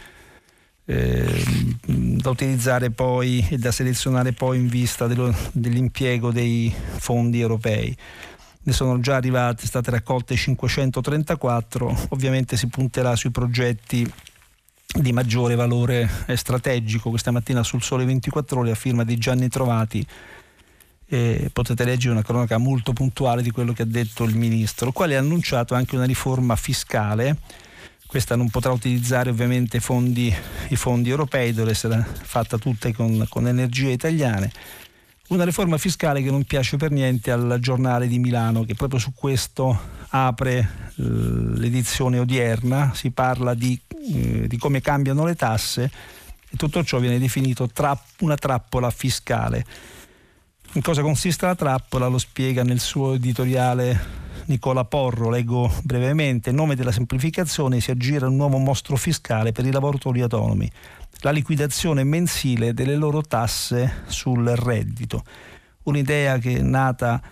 da utilizzare poi e da selezionare poi in vista dell'impiego dei fondi europei. Ne sono già state raccolte 534, ovviamente si punterà sui progetti di maggiore valore strategico. Questa mattina sul Sole 24 Ore, a firma di Gianni Trovati, potete leggere una cronaca molto puntuale di quello che ha detto il ministro, il quale ha annunciato anche una riforma fiscale. Questa non potrà utilizzare ovviamente i fondi europei, deve essere fatta tutta con energie italiane. Una riforma fiscale che non piace per niente al Giornale di Milano, che proprio su questo apre l'edizione odierna. Si parla di come cambiano le tasse, e tutto ciò viene definito una trappola fiscale. In cosa consiste la trappola lo spiega nel suo editoriale Nicola Porro. Leggo brevemente: in nome della semplificazione si aggira un nuovo mostro fiscale per i lavoratori autonomi, la liquidazione mensile delle loro tasse sul reddito. Un'idea che è nata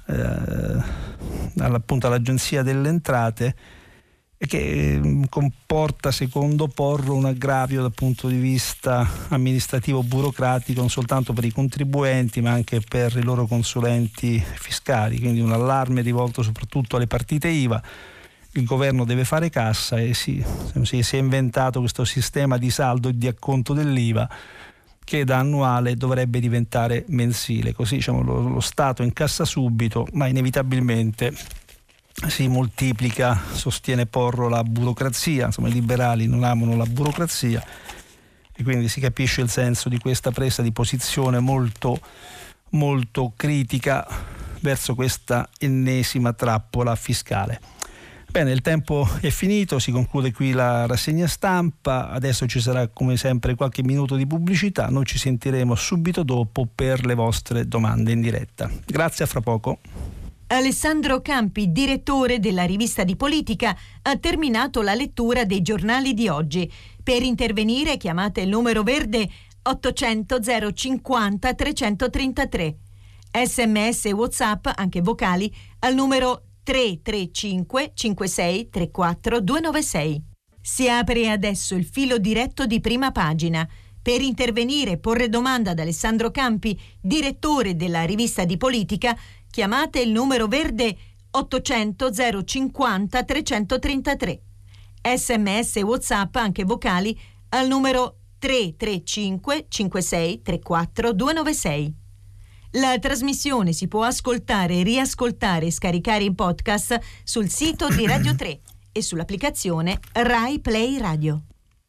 appunto all'Agenzia delle Entrate e che comporta, secondo Porro, un aggravio dal punto di vista amministrativo burocratico non soltanto per i contribuenti ma anche per i loro consulenti fiscali. Quindi un allarme rivolto soprattutto alle partite IVA. Il governo deve fare cassa e si è inventato questo sistema di saldo e di acconto dell'IVA che da annuale dovrebbe diventare mensile. Così, diciamo, lo Stato incassa subito, ma inevitabilmente si moltiplica, sostiene Porro, la burocrazia. Insomma, i liberali non amano la burocrazia e quindi si capisce il senso di questa presa di posizione molto, molto critica verso questa ennesima trappola fiscale. Bene, il tempo è finito, si conclude qui la rassegna stampa. Adesso ci sarà come sempre qualche minuto di pubblicità. Noi ci sentiremo subito dopo per le vostre domande in diretta. Grazie, a fra poco. Alessandro Campi, direttore della rivista di politica, ha terminato la lettura dei giornali di oggi. Per intervenire chiamate il numero verde 800 050 333. SMS e WhatsApp, anche vocali, al numero 335 56 34 296. Si apre adesso il filo diretto di Prima Pagina. Per intervenire e porre domanda ad Alessandro Campi, direttore della rivista di politica, chiamate il numero verde 800 050 333. SMS e WhatsApp, anche vocali, al numero 335 56 34 296. La trasmissione si può ascoltare, riascoltare e scaricare in podcast sul sito di Radio 3 e sull'applicazione Rai Play Radio.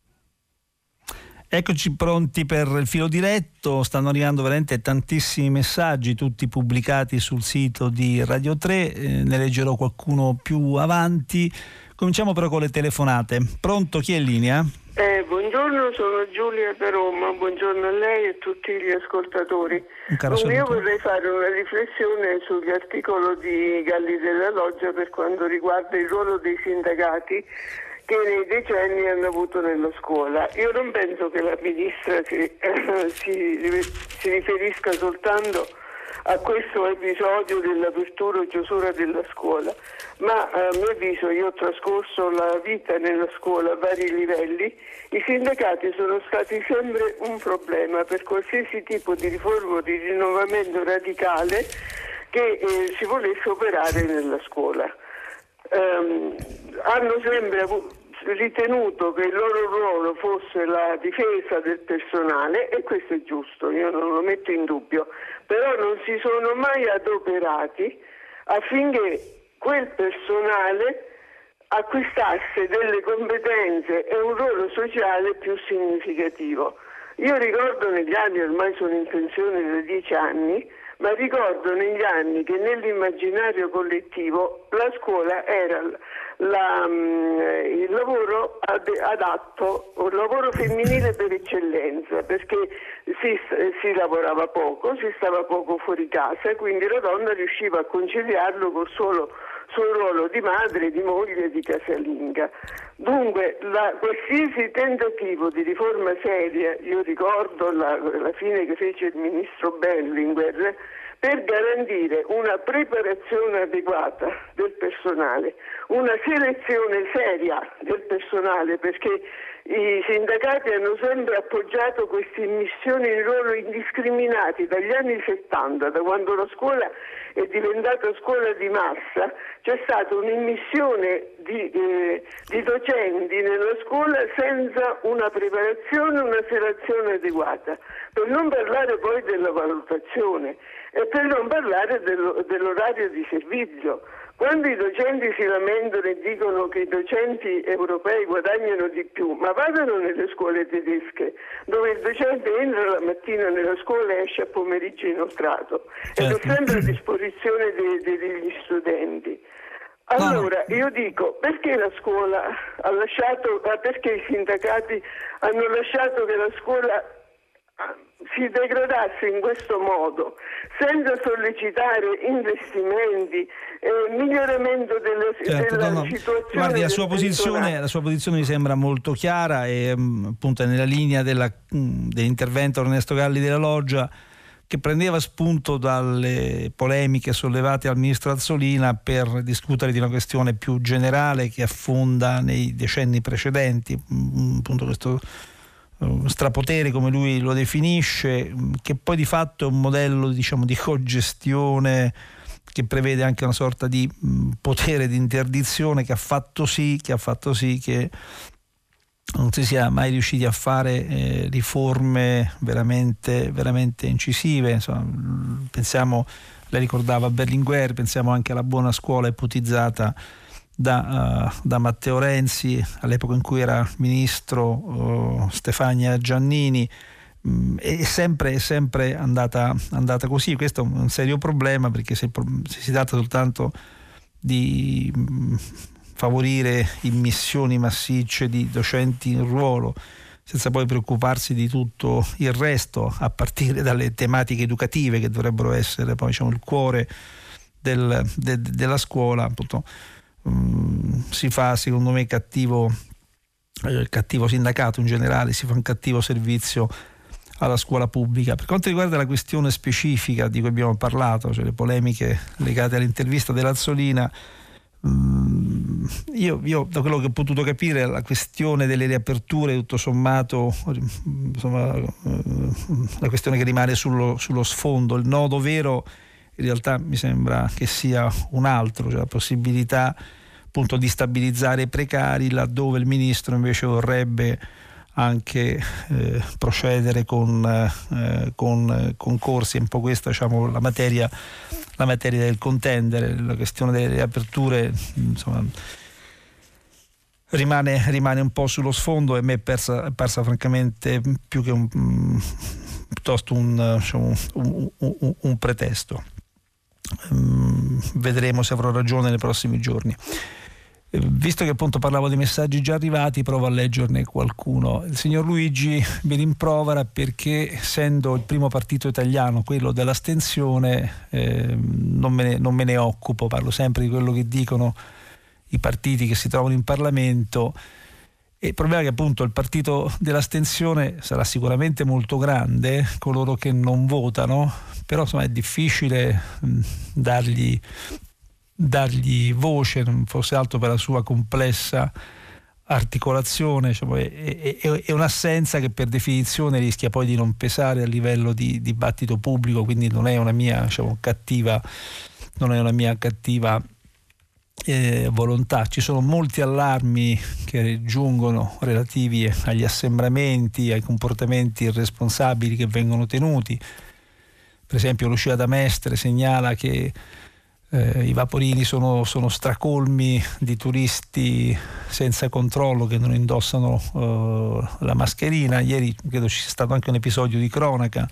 Eccoci pronti per il filo diretto. Stanno arrivando veramente tantissimi messaggi, tutti pubblicati sul sito di Radio 3. Ne leggerò qualcuno più avanti. Cominciamo però con le telefonate. Pronto, chi è in linea? Buongiorno, sono Giulia da Roma, buongiorno a lei e a tutti gli ascoltatori. Io vorrei fare una riflessione sugli articoli di Galli della Loggia per quanto riguarda il ruolo dei sindacati che nei decenni hanno avuto nella scuola. Io non penso che la ministra si riferisca soltanto a questo episodio dell'apertura o chiusura della scuola, ma a mio avviso, io ho trascorso la vita nella scuola a vari livelli, i sindacati sono stati sempre un problema per qualsiasi tipo di riforma o di rinnovamento radicale che si volesse operare nella scuola. Hanno sempre ritenuto che il loro ruolo fosse la difesa del personale, e questo è giusto, io non lo metto in dubbio, però non si sono mai adoperati affinché quel personale acquistasse delle competenze e un ruolo sociale più significativo. Io ricordo negli anni, ormai sono in pensione da 10 anni, ma ricordo negli anni che nell'immaginario collettivo la scuola era il lavoro adatto, un lavoro femminile per eccellenza, perché si lavorava poco, si stava poco fuori casa, quindi la donna riusciva a conciliarlo col suo ruolo di madre, di moglie, di casalinga. Dunque, qualsiasi tentativo di riforma seria, io ricordo la fine che fece il ministro Berlinguer, per garantire una preparazione adeguata del personale, una selezione seria del personale, perché i sindacati hanno sempre appoggiato queste immissioni in ruolo indiscriminati dagli anni 70, da quando la scuola è diventata scuola di massa. C'è stata un'immissione di docenti nella scuola senza una preparazione, una selezione adeguata, per non parlare poi della valutazione e per non parlare dell'orario di servizio. Quando i docenti si lamentano e dicono che i docenti europei guadagnano di più, ma vadano nelle scuole tedesche, dove il docente entra la mattina nella scuola e esce a pomeriggio inoltrato, ed è sempre a disposizione degli studenti. Allora, io dico, perché la scuola ha lasciato, perché i sindacati hanno lasciato che la scuola si degradasse in questo modo, senza sollecitare investimenti e miglioramento della situazione. Guardi, la sua posizione mi sembra molto chiara e appunto nella linea dell'intervento Ernesto Galli della Loggia, che prendeva spunto dalle polemiche sollevate al ministro Azzolina per discutere di una questione più generale che affonda nei decenni precedenti, appunto questo strapotere, come lui lo definisce, che poi di fatto è un modello, diciamo, di cogestione che prevede anche una sorta di potere di interdizione che ha fatto sì che non si sia mai riusciti a fare riforme veramente, veramente incisive. Insomma, pensiamo, lei ricordava Berlinguer, pensiamo anche alla buona scuola ipotizzata da Matteo Renzi all'epoca in cui era ministro Stefania Giannini. È sempre andata così. Questo è un serio problema, perché se si tratta soltanto di favorire immissioni massicce di docenti in ruolo senza poi preoccuparsi di tutto il resto, a partire dalle tematiche educative che dovrebbero essere poi, diciamo, il cuore della scuola, appunto, si fa, secondo me, cattivo sindacato in generale, si fa un cattivo servizio alla scuola pubblica. Per quanto riguarda la questione specifica di cui abbiamo parlato, cioè le polemiche legate all'intervista dell'Azzolina, io da quello che ho potuto capire, la questione delle riaperture, tutto sommato, insomma, la questione che rimane sullo sfondo, il nodo vero in realtà mi sembra che sia un altro, cioè la possibilità appunto di stabilizzare i precari, laddove il ministro invece vorrebbe anche procedere con concorsi. È un po' questa, diciamo, la materia del contendere. La questione delle aperture, insomma, rimane un po' sullo sfondo, e a me è persa francamente più che piuttosto un pretesto. Vedremo se avrò ragione nei prossimi giorni. Visto che appunto parlavo dei messaggi già arrivati, provo a leggerne qualcuno. Il signor Luigi mi rimprovera perché, essendo il primo partito italiano quello dell'astensione, non me ne occupo, parlo sempre di quello che dicono i partiti che si trovano in Parlamento. E il problema è che appunto il partito dell'astensione sarà sicuramente molto grande, coloro che non votano, però insomma è difficile dargli voce, non fosse altro per la sua complessa articolazione, diciamo, è un'assenza che per definizione rischia poi di non pesare a livello di dibattito pubblico, quindi non è una mia, diciamo, cattiva volontà. Ci sono molti allarmi che giungono relativi agli assembramenti, ai comportamenti irresponsabili che vengono tenuti. Per esempio Lucia da Mestre segnala che i vaporini sono stracolmi di turisti senza controllo che non indossano la mascherina. Ieri credo ci sia stato anche un episodio di cronaca,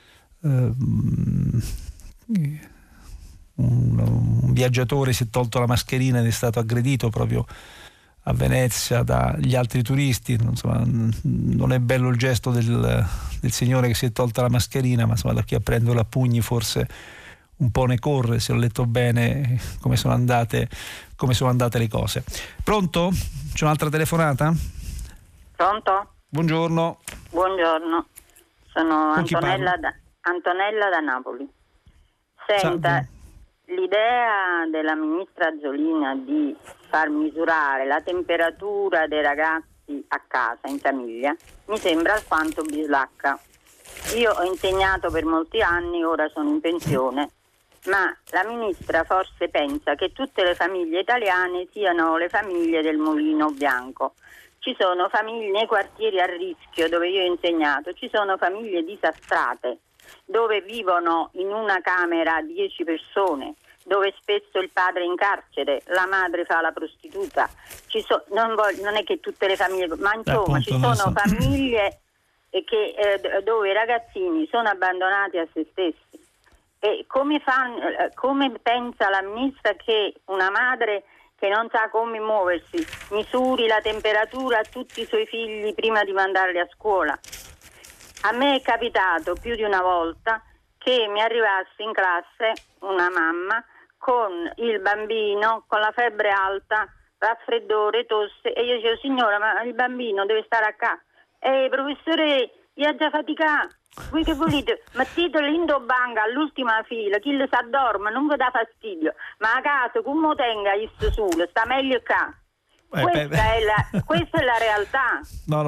un viaggiatore si è tolto la mascherina ed è stato aggredito proprio a Venezia dagli altri turisti. Insomma, non è bello il gesto del signore che si è tolta la mascherina, ma insomma, da qui a prenderlo a pugni forse un po' ne corre, se ho letto bene come sono andate le cose. Pronto? C'è un'altra telefonata? Pronto? Buongiorno. Buongiorno, sono Antonella da Napoli. Senta, Salve. l'idea della ministra Azzolina di far misurare la temperatura dei ragazzi a casa, in famiglia, mi sembra alquanto bislacca. Io ho insegnato per molti anni, ora sono in pensione, ma la ministra forse pensa che tutte le famiglie italiane siano le famiglie del Mulino Bianco. Ci sono famiglie nei quartieri a rischio dove io ho insegnato, ci sono famiglie disastrate dove vivono in una camera 10 persone, dove spesso il padre è in carcere, la madre fa la prostituta. Non è che tutte le famiglie, ma insomma ci sono famiglie dove i ragazzini sono abbandonati a se stessi. E come pensa la ministra che una madre che non sa come muoversi misuri la temperatura a tutti i suoi figli prima di mandarli a scuola? A me è capitato più di una volta che mi arrivasse in classe una mamma con il bambino con la febbre alta, raffreddore, tosse, e io dicevo: signora, ma il bambino deve stare a casa. Professore, io già faticato. Voi che volete? Mettete l'indobanga all'ultima fila, chi le s'addorma, non vi dà fastidio, ma a casa come tenga il sole, sta meglio qua. Questa è la realtà.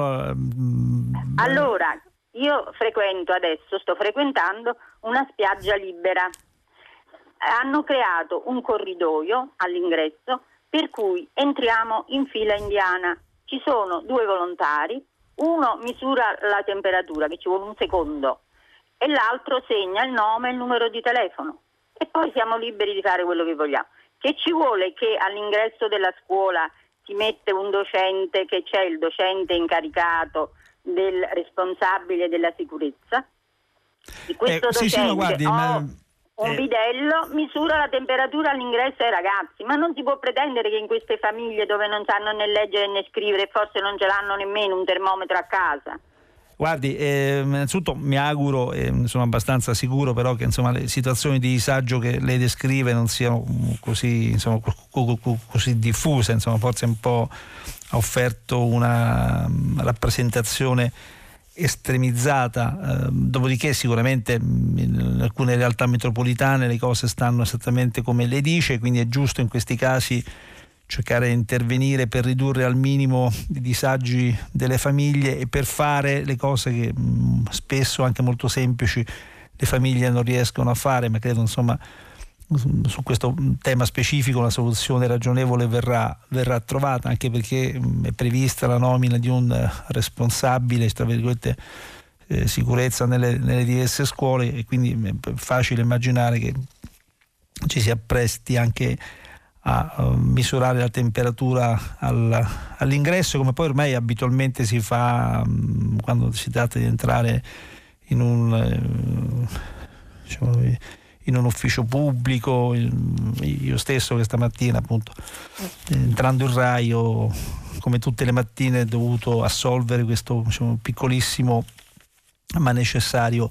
Allora, io sto frequentando una spiaggia libera. Hanno creato un corridoio all'ingresso per cui entriamo in fila indiana. Ci sono 2 volontari, uno misura la temperatura, che ci vuole un secondo, e l'altro segna il nome e il numero di telefono, e poi siamo liberi di fare quello che vogliamo. Che ci vuole che all'ingresso della scuola si mette un docente, che c'è il docente incaricato del responsabile della sicurezza di questo docente, un bidello misura la temperatura all'ingresso ai ragazzi, ma non si può pretendere che in queste famiglie dove non sanno né leggere né scrivere, e forse non ce l'hanno nemmeno un termometro a casa. Guardi, innanzitutto mi auguro, sono abbastanza sicuro però che insomma le situazioni di disagio che lei descrive non siano così, insomma, così diffuse, insomma, forse un po' ha offerto una rappresentazione estremizzata, dopodiché sicuramente in alcune realtà metropolitane le cose stanno esattamente come lei dice, quindi è giusto in questi casi cercare di intervenire per ridurre al minimo i disagi delle famiglie e per fare le cose che spesso, anche molto semplici, le famiglie non riescono a fare, ma credo insomma su questo tema specifico una soluzione ragionevole verrà trovata, anche perché è prevista la nomina di un responsabile, tra virgolette, sicurezza nelle diverse scuole, e quindi è facile immaginare che ci si appresti anche a misurare la temperatura all'ingresso, come poi ormai abitualmente si fa in un in un ufficio pubblico. Io stesso questa mattina, appunto, entrando in Rai, ho, come tutte le mattine, dovuto assolvere questo, diciamo, piccolissimo ma necessario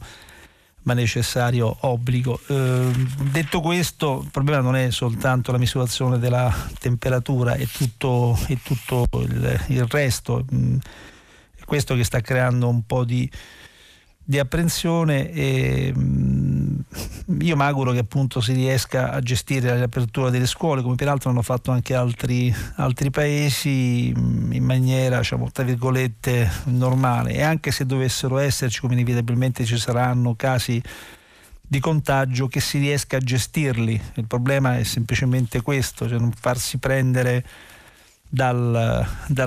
obbligo. Detto questo, il problema non è soltanto la misurazione della temperatura, è tutto il resto. È questo che sta creando un po' di apprensione, e io mi auguro che appunto si riesca a gestire la riapertura delle scuole, come peraltro hanno fatto anche altri paesi, in maniera, diciamo, tra virgolette, normale, e anche se dovessero esserci, come inevitabilmente ci saranno, casi di contagio, che si riesca a gestirli. Il problema è semplicemente questo, cioè non farsi prendere dal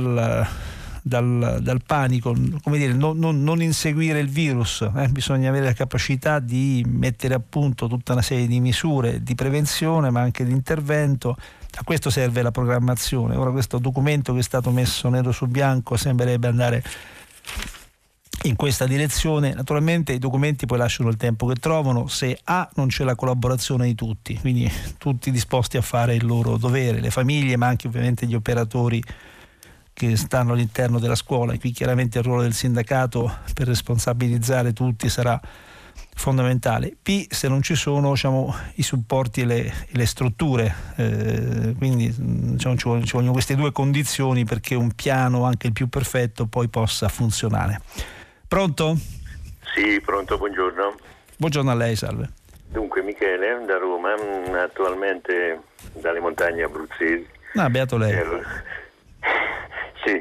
panico, come dire, non inseguire il virus. Bisogna avere la capacità di mettere a punto tutta una serie di misure di prevenzione, ma anche di intervento. A questo serve la programmazione. Ora, questo documento che è stato messo nero su bianco sembrerebbe andare in questa direzione. Naturalmente i documenti poi lasciano il tempo che trovano, se non c'è la collaborazione di tutti, quindi tutti disposti a fare il loro dovere, le famiglie, ma anche ovviamente gli operatori che stanno all'interno della scuola. E qui chiaramente il ruolo del sindacato per responsabilizzare tutti sarà fondamentale. Se non ci sono, diciamo, i supporti e le strutture, quindi, diciamo, ci vogliono queste due condizioni perché un piano, anche il più perfetto, poi possa funzionare. Pronto? Sì, pronto, buongiorno. Buongiorno a lei, salve. Dunque, Michele da Roma, attualmente dalle montagne abruzzesi. Beato lei. Sì,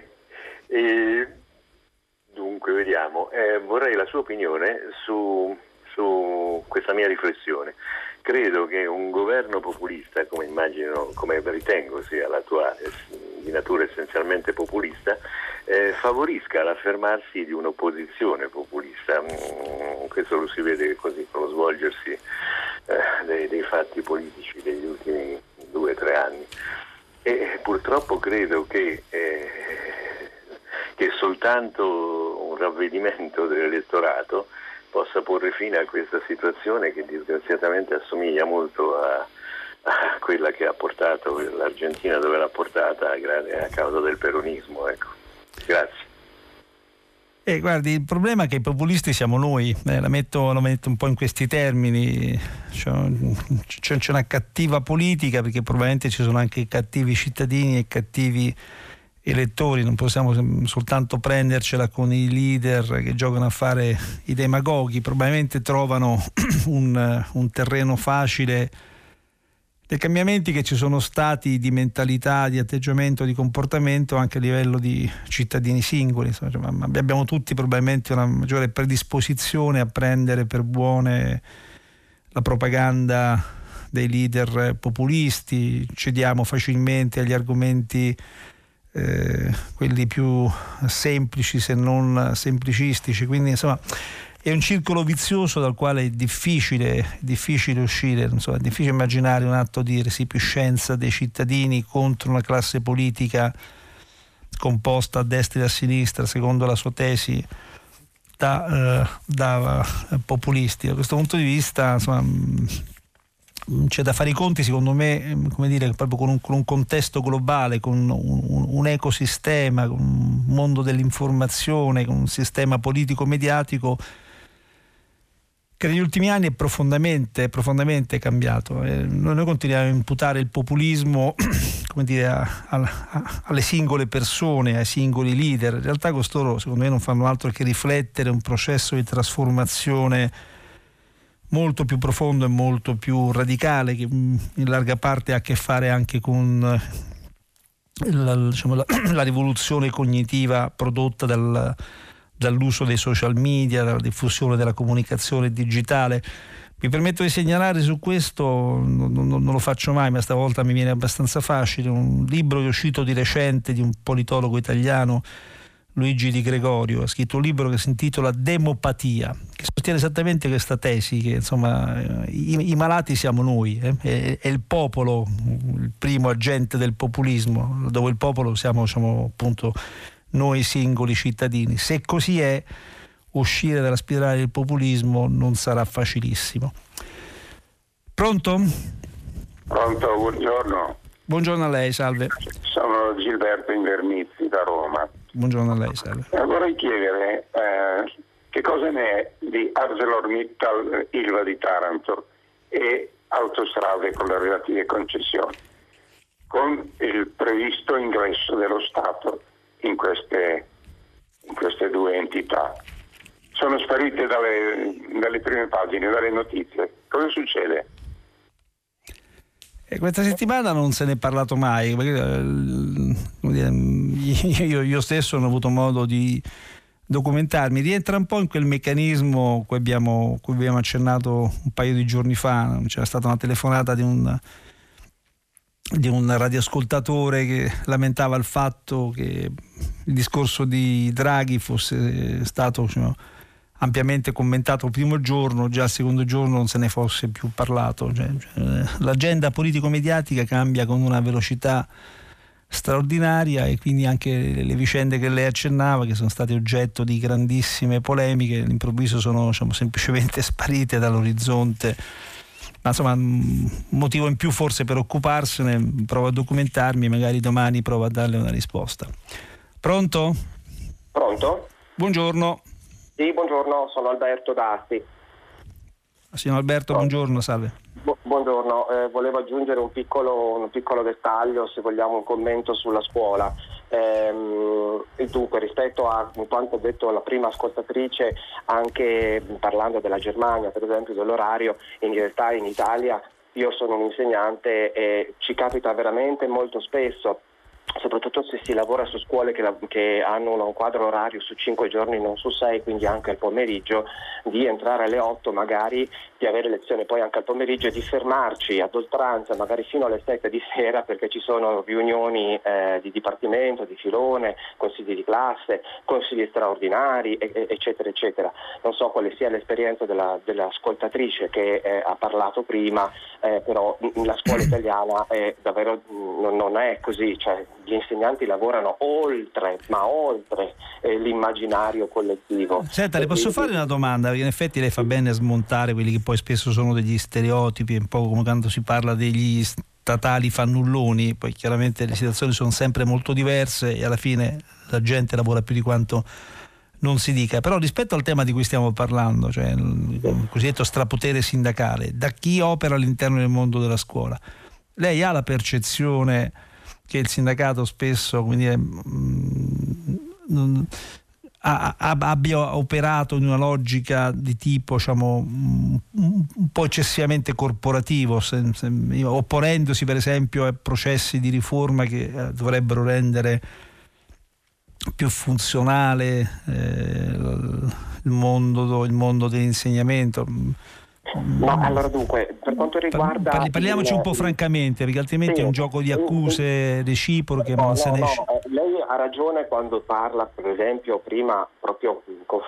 dunque vediamo, vorrei la sua opinione su questa mia riflessione. Credo che un governo populista, come ritengo sia l'attuale, di natura essenzialmente populista, favorisca l'affermarsi di un'opposizione populista. Questo lo si vede così con lo svolgersi dei fatti politici degli ultimi 2 o 3 anni. E purtroppo credo che soltanto un ravvedimento dell'elettorato possa porre fine a questa situazione, che disgraziatamente assomiglia molto a quella che ha portato l'Argentina dove l'ha portata a causa del peronismo. Ecco. Grazie. Guardi, il problema è che i populisti siamo noi, lo metto un po' in questi termini. C'è una cattiva politica, perché probabilmente ci sono anche cattivi cittadini e cattivi elettori. Non possiamo soltanto prendercela con i leader che giocano a fare i demagoghi. Probabilmente trovano un terreno facile dei cambiamenti che ci sono stati di mentalità, di atteggiamento, di comportamento anche a livello di cittadini singoli. Insomma, abbiamo tutti probabilmente una maggiore predisposizione a prendere per buone la propaganda dei leader populisti, cediamo facilmente agli argomenti quelli più semplici, se non semplicistici. Quindi, insomma, è un circolo vizioso dal quale è difficile uscire. Insomma, è difficile immaginare un atto di resipiscenza dei cittadini contro una classe politica composta a destra e a sinistra, secondo la sua tesi, da populisti. Da questo punto di vista, insomma, c'è da fare i conti, secondo me, come dire, proprio con un contesto globale, con un ecosistema, con un mondo dell'informazione, con un sistema politico-mediatico che negli ultimi anni è profondamente cambiato. Noi continuiamo a imputare il populismo, come dire, alle singole persone, ai singoli leader. In realtà costoro, secondo me, non fanno altro che riflettere un processo di trasformazione molto più profondo e molto più radicale, che in larga parte ha a che fare anche con la rivoluzione cognitiva prodotta dall'uso dei social media, dalla diffusione della comunicazione digitale. Mi permetto di segnalare su questo, non lo faccio mai, ma stavolta mi viene abbastanza facile, un libro che è uscito di recente di un politologo italiano, Luigi Di Gregorio. Ha scritto un libro che si intitola Demopatia, che sostiene esattamente questa tesi, che insomma i malati siamo noi, è il popolo il primo agente del populismo, dove il popolo siamo appunto noi singoli cittadini. Se così è, uscire dalla spirale del populismo non sarà facilissimo. Pronto? Pronto, buongiorno. Buongiorno a lei, salve. Sono Gilberto Invernizzi da Roma. Buongiorno a lei, salve. Vorrei chiedere che cosa ne è di ArcelorMittal Ilva di Taranto e Autostrade con le relative concessioni, con il previsto ingresso dello Stato in queste due entità. Sono sparite dalle prime pagine, dalle notizie. Cosa succede? Questa settimana non se ne è parlato mai, perché io stesso non ho avuto modo di documentarmi. Rientra un po' in quel meccanismo cui abbiamo accennato un paio di giorni fa. C'era stata una telefonata di un radioascoltatore che lamentava il fatto che il discorso di Draghi fosse stato ampiamente commentato il primo giorno, già il secondo giorno non se ne fosse più parlato. L'agenda politico-mediatica cambia con una velocità straordinaria, e quindi anche le vicende che lei accennava, che sono state oggetto di grandissime polemiche, all'improvviso sono semplicemente sparite dall'orizzonte. Ma insomma, un motivo in più forse per occuparsene. Provo a documentarmi, magari domani provo a darle una risposta. Pronto? Pronto? Buongiorno. Sì, buongiorno, sono Alberto da Asti. Signor Alberto, buongiorno, salve. Buongiorno, volevo aggiungere un piccolo dettaglio, se vogliamo un commento sulla scuola. Dunque, rispetto a quanto ha detto la prima ascoltatrice, anche parlando della Germania, per esempio, dell'orario, in realtà in Italia io sono un insegnante e ci capita veramente molto spesso, soprattutto se si lavora su scuole che hanno un quadro orario su 5 giorni, non su 6, quindi anche al pomeriggio, di entrare alle 8 magari, di avere lezione poi anche al pomeriggio e di fermarci ad oltranza magari fino alle 7 di sera, perché ci sono riunioni di dipartimento, di filone, consigli di classe, consigli straordinari, eccetera eccetera. Non so quale sia l'esperienza dell'ascoltatrice che ha parlato prima, però la scuola italiana è davvero non è così, cioè gli insegnanti lavorano oltre l'immaginario collettivo. Senta, le posso fare una domanda? Perché in effetti lei fa bene a smontare quelli che poi spesso sono degli stereotipi, un po' come quando si parla degli statali fannulloni. Poi chiaramente le situazioni sono sempre molto diverse e alla fine la gente lavora più di quanto non si dica. Però rispetto al tema di cui stiamo parlando, cioè il cosiddetto strapotere sindacale, da chi opera all'interno del mondo della scuola, lei ha la percezione che il sindacato spesso, quindi abbia operato in una logica di tipo, un po' eccessivamente corporativo, opponendosi per esempio a processi di riforma che dovrebbero rendere più funzionale il mondo dell'insegnamento? No, allora dunque, per quanto riguarda... Parliamoci un po' francamente, perché altrimenti è un gioco di accuse reciproche, ma non se ne esce. Lei ha ragione quando parla, per esempio, prima proprio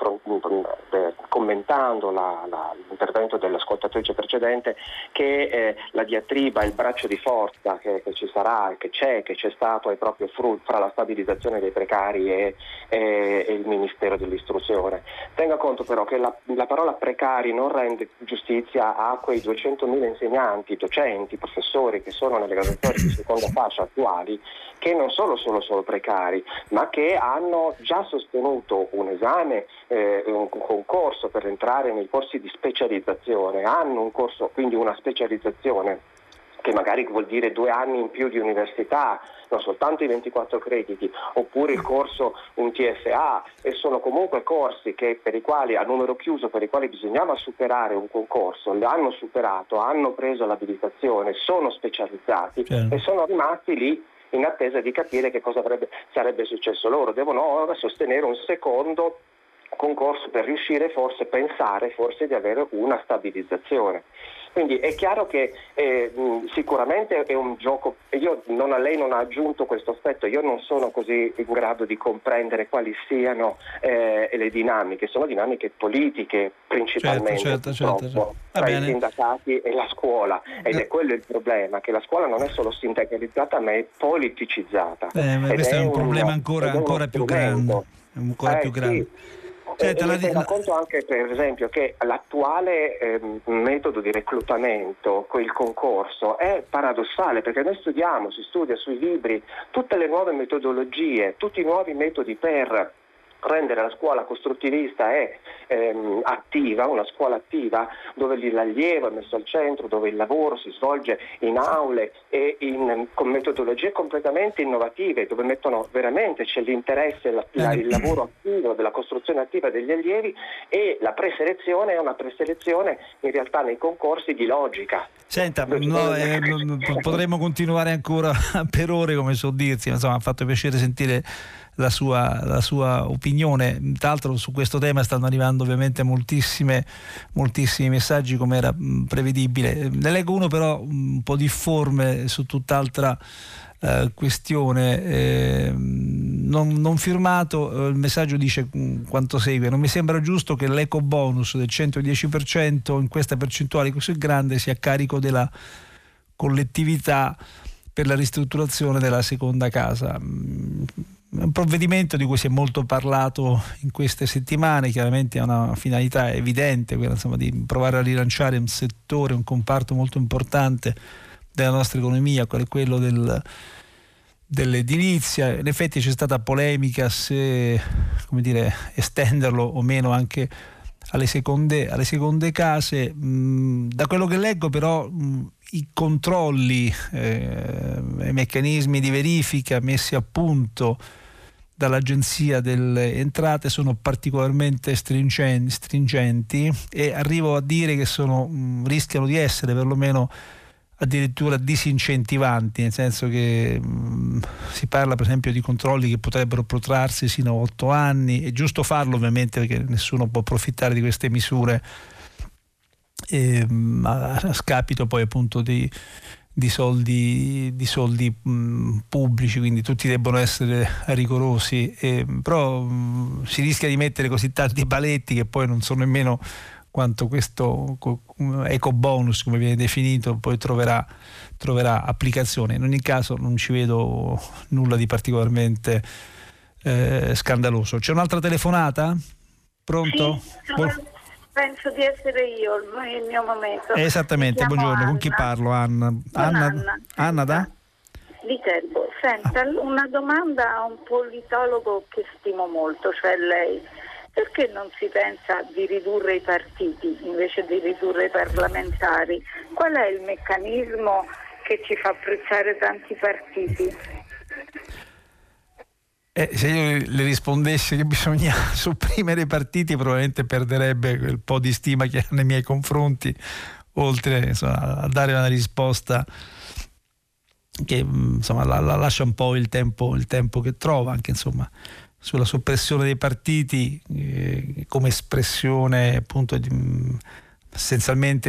commentando l'intervento dell'ascoltatrice precedente, che la diatriba, il braccio di forza che ci sarà, che c'è stato, è proprio fra la stabilizzazione dei precari e il Ministero dell'Istruzione. Tenga conto però che la parola precari non rende giustizia a quei 200.000 insegnanti, docenti, professori che sono nelle graduatorie di seconda fascia attuali, che non sono solo precari, ma che hanno già sostenuto un esame, un concorso per entrare nei corsi di specializzazione, hanno un corso, quindi una specializzazione che magari vuol dire 2 anni in più di università, non soltanto i 24 crediti, oppure il corso un TFA, e sono comunque corsi per i quali a numero chiuso, per i quali bisognava superare un concorso, li hanno superato, hanno preso l'abilitazione, sono specializzati e sono rimasti lì in attesa di capire che cosa sarebbe successo loro. Devono ora sostenere un secondo concorso per riuscire pensare di avere una stabilizzazione. Quindi è chiaro che sicuramente è un gioco. Lei non ha aggiunto questo aspetto, io non sono così in grado di comprendere quali siano le dinamiche, sono dinamiche politiche principalmente, certo. tra i sindacati e la scuola, ed è quello il problema, che la scuola non è solo sindacalizzata ma è politicizzata. Questo è un problema ancora più grande. Più grande. Sì. Certo, mi rendo conto anche, per esempio, che l'attuale metodo di reclutamento, il concorso, è paradossale, perché noi si studia sui libri tutte le nuove metodologie, tutti i nuovi metodi per rendere la scuola costruttivista attiva, una scuola attiva dove l'allievo è messo al centro, dove il lavoro si svolge in aule e con metodologie completamente innovative, dove veramente c'è l'interesse, il lavoro attivo, della costruzione attiva degli allievi, e la preselezione è una preselezione in realtà nei concorsi di logica. Senta, potremmo continuare ancora per ore, come so dirsi, ma insomma, ha fatto piacere sentire la sua opinione. Tra l'altro su questo tema stanno arrivando ovviamente moltissimi messaggi, come era prevedibile. Ne leggo uno però un po' difforme su tutt'altra questione, non firmato. Il messaggio dice quanto segue: non mi sembra giusto che l'eco bonus del 110% in questa percentuale così grande sia a carico della collettività per la ristrutturazione della seconda casa. Un provvedimento di cui si è molto parlato in queste settimane, chiaramente ha una finalità evidente, quella insomma di provare a rilanciare un settore, un comparto molto importante della nostra economia, quello dell'edilizia. In effetti c'è stata polemica se, come dire, estenderlo o meno anche alle seconde case. Da quello che leggo però i controlli, i meccanismi di verifica messi a punto dall'Agenzia delle Entrate sono particolarmente stringenti, e arrivo a dire che rischiano di essere perlomeno addirittura disincentivanti, nel senso che si parla per esempio di controlli che potrebbero protrarsi sino a 8 anni. È giusto farlo ovviamente, perché nessuno può approfittare di queste misure a scapito poi appunto di soldi pubblici, quindi tutti debbono essere rigorosi, però si rischia di mettere così tanti paletti che poi non so nemmeno quanto questo eco bonus, come viene definito, poi troverà applicazione. In ogni caso non ci vedo nulla di particolarmente scandaloso. C'è un'altra telefonata? Pronto? Sì, penso di essere io, il mio momento. Esattamente, buongiorno, Anna. con chi parlo? Anna da? Viterbo. Senta, una domanda a un politologo che stimo molto, cioè lei. Perché non si pensa di ridurre i partiti invece di ridurre i parlamentari? Qual è il meccanismo che ci fa apprezzare tanti partiti? Se io le rispondessi che bisogna sopprimere i partiti, probabilmente perderebbe quel po' di stima che ha nei miei confronti, oltre a dare una risposta che insomma la lascia un po' il tempo che trova, anche insomma sulla soppressione dei partiti come espressione appunto essenzialmente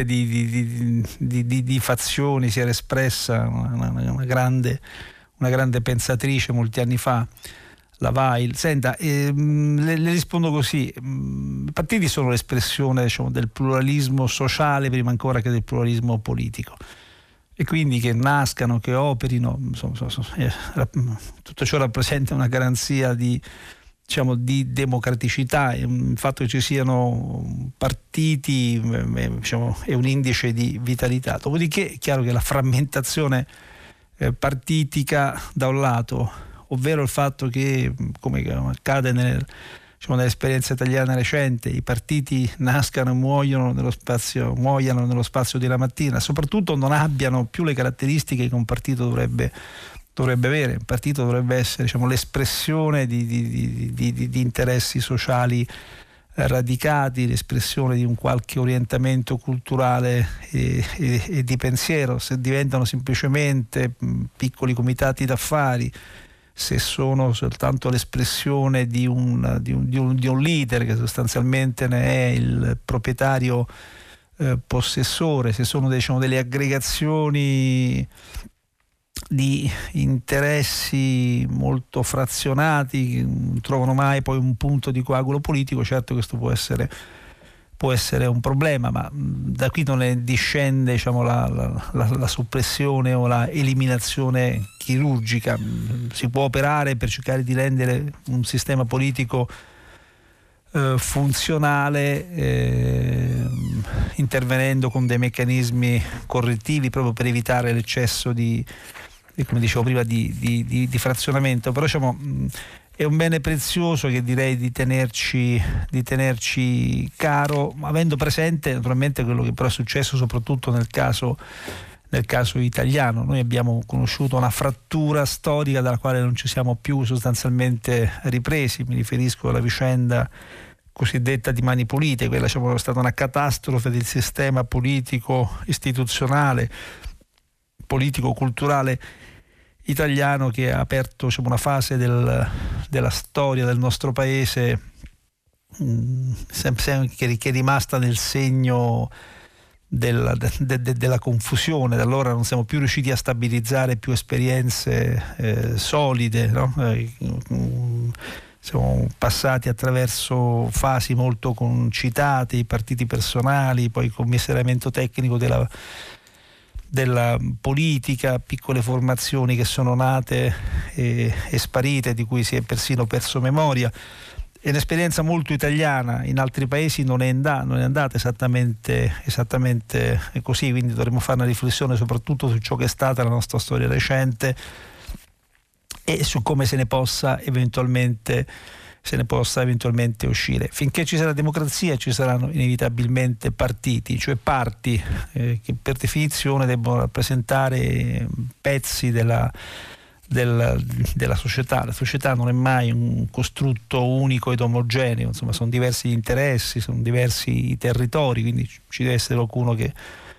di fazioni. Si era espressa una grande pensatrice molti anni fa, la Weil. Senta, le rispondo così: i partiti sono l'espressione, diciamo, del pluralismo sociale prima ancora che del pluralismo politico, e quindi che nascano, che operino, tutto ciò rappresenta una garanzia di democraticità. Il fatto che ci siano partiti è un indice di vitalità. Dopodiché è chiaro che la frammentazione partitica da un lato, ovvero il fatto che, come accade nell'esperienza italiana recente, i partiti nascano e muoiano nello spazio di una mattina, soprattutto non abbiano più le caratteristiche che un partito dovrebbe avere. Il partito dovrebbe essere l'espressione di interessi sociali radicati, l'espressione di un qualche orientamento culturale e di pensiero. Se diventano semplicemente piccoli comitati d'affari, se sono soltanto l'espressione di un leader che sostanzialmente ne è il proprietario possessore, se sono delle aggregazioni di interessi molto frazionati che non trovano mai poi un punto di coagulo politico, certo questo può essere un problema, ma da qui non ne discende la soppressione o la eliminazione chirurgica. Si può operare per cercare di rendere un sistema politico funzionale, intervenendo con dei meccanismi correttivi proprio per evitare l'eccesso come dicevo prima, di frazionamento. Però diciamo, è un bene prezioso che direi di tenerci caro, avendo presente naturalmente quello che però è successo soprattutto nel caso italiano. Noi abbiamo conosciuto una frattura storica dalla quale non ci siamo più sostanzialmente ripresi. Mi riferisco alla vicenda cosiddetta di Mani Pulite. Quella è stata una catastrofe del sistema politico istituzionale, politico-culturale italiano, che ha aperto una fase della storia del nostro paese che è rimasta nel segno della confusione. Da allora non siamo più riusciti a stabilizzare più esperienze solide, no? Siamo passati attraverso fasi molto concitate, i partiti personali, poi il commissariamento tecnico della politica, piccole formazioni che sono nate e sparite, di cui si è persino perso memoria. È un'esperienza molto italiana, in altri paesi non è andata esattamente così, quindi dovremmo fare una riflessione soprattutto su ciò che è stata la nostra storia recente e su come se ne possa eventualmente uscire. Finché ci sarà democrazia ci saranno inevitabilmente partiti, cioè parti che per definizione debbono rappresentare pezzi della società. La società non è mai un costrutto unico ed omogeneo, insomma sono diversi gli interessi, sono diversi i territori, quindi ci deve essere qualcuno che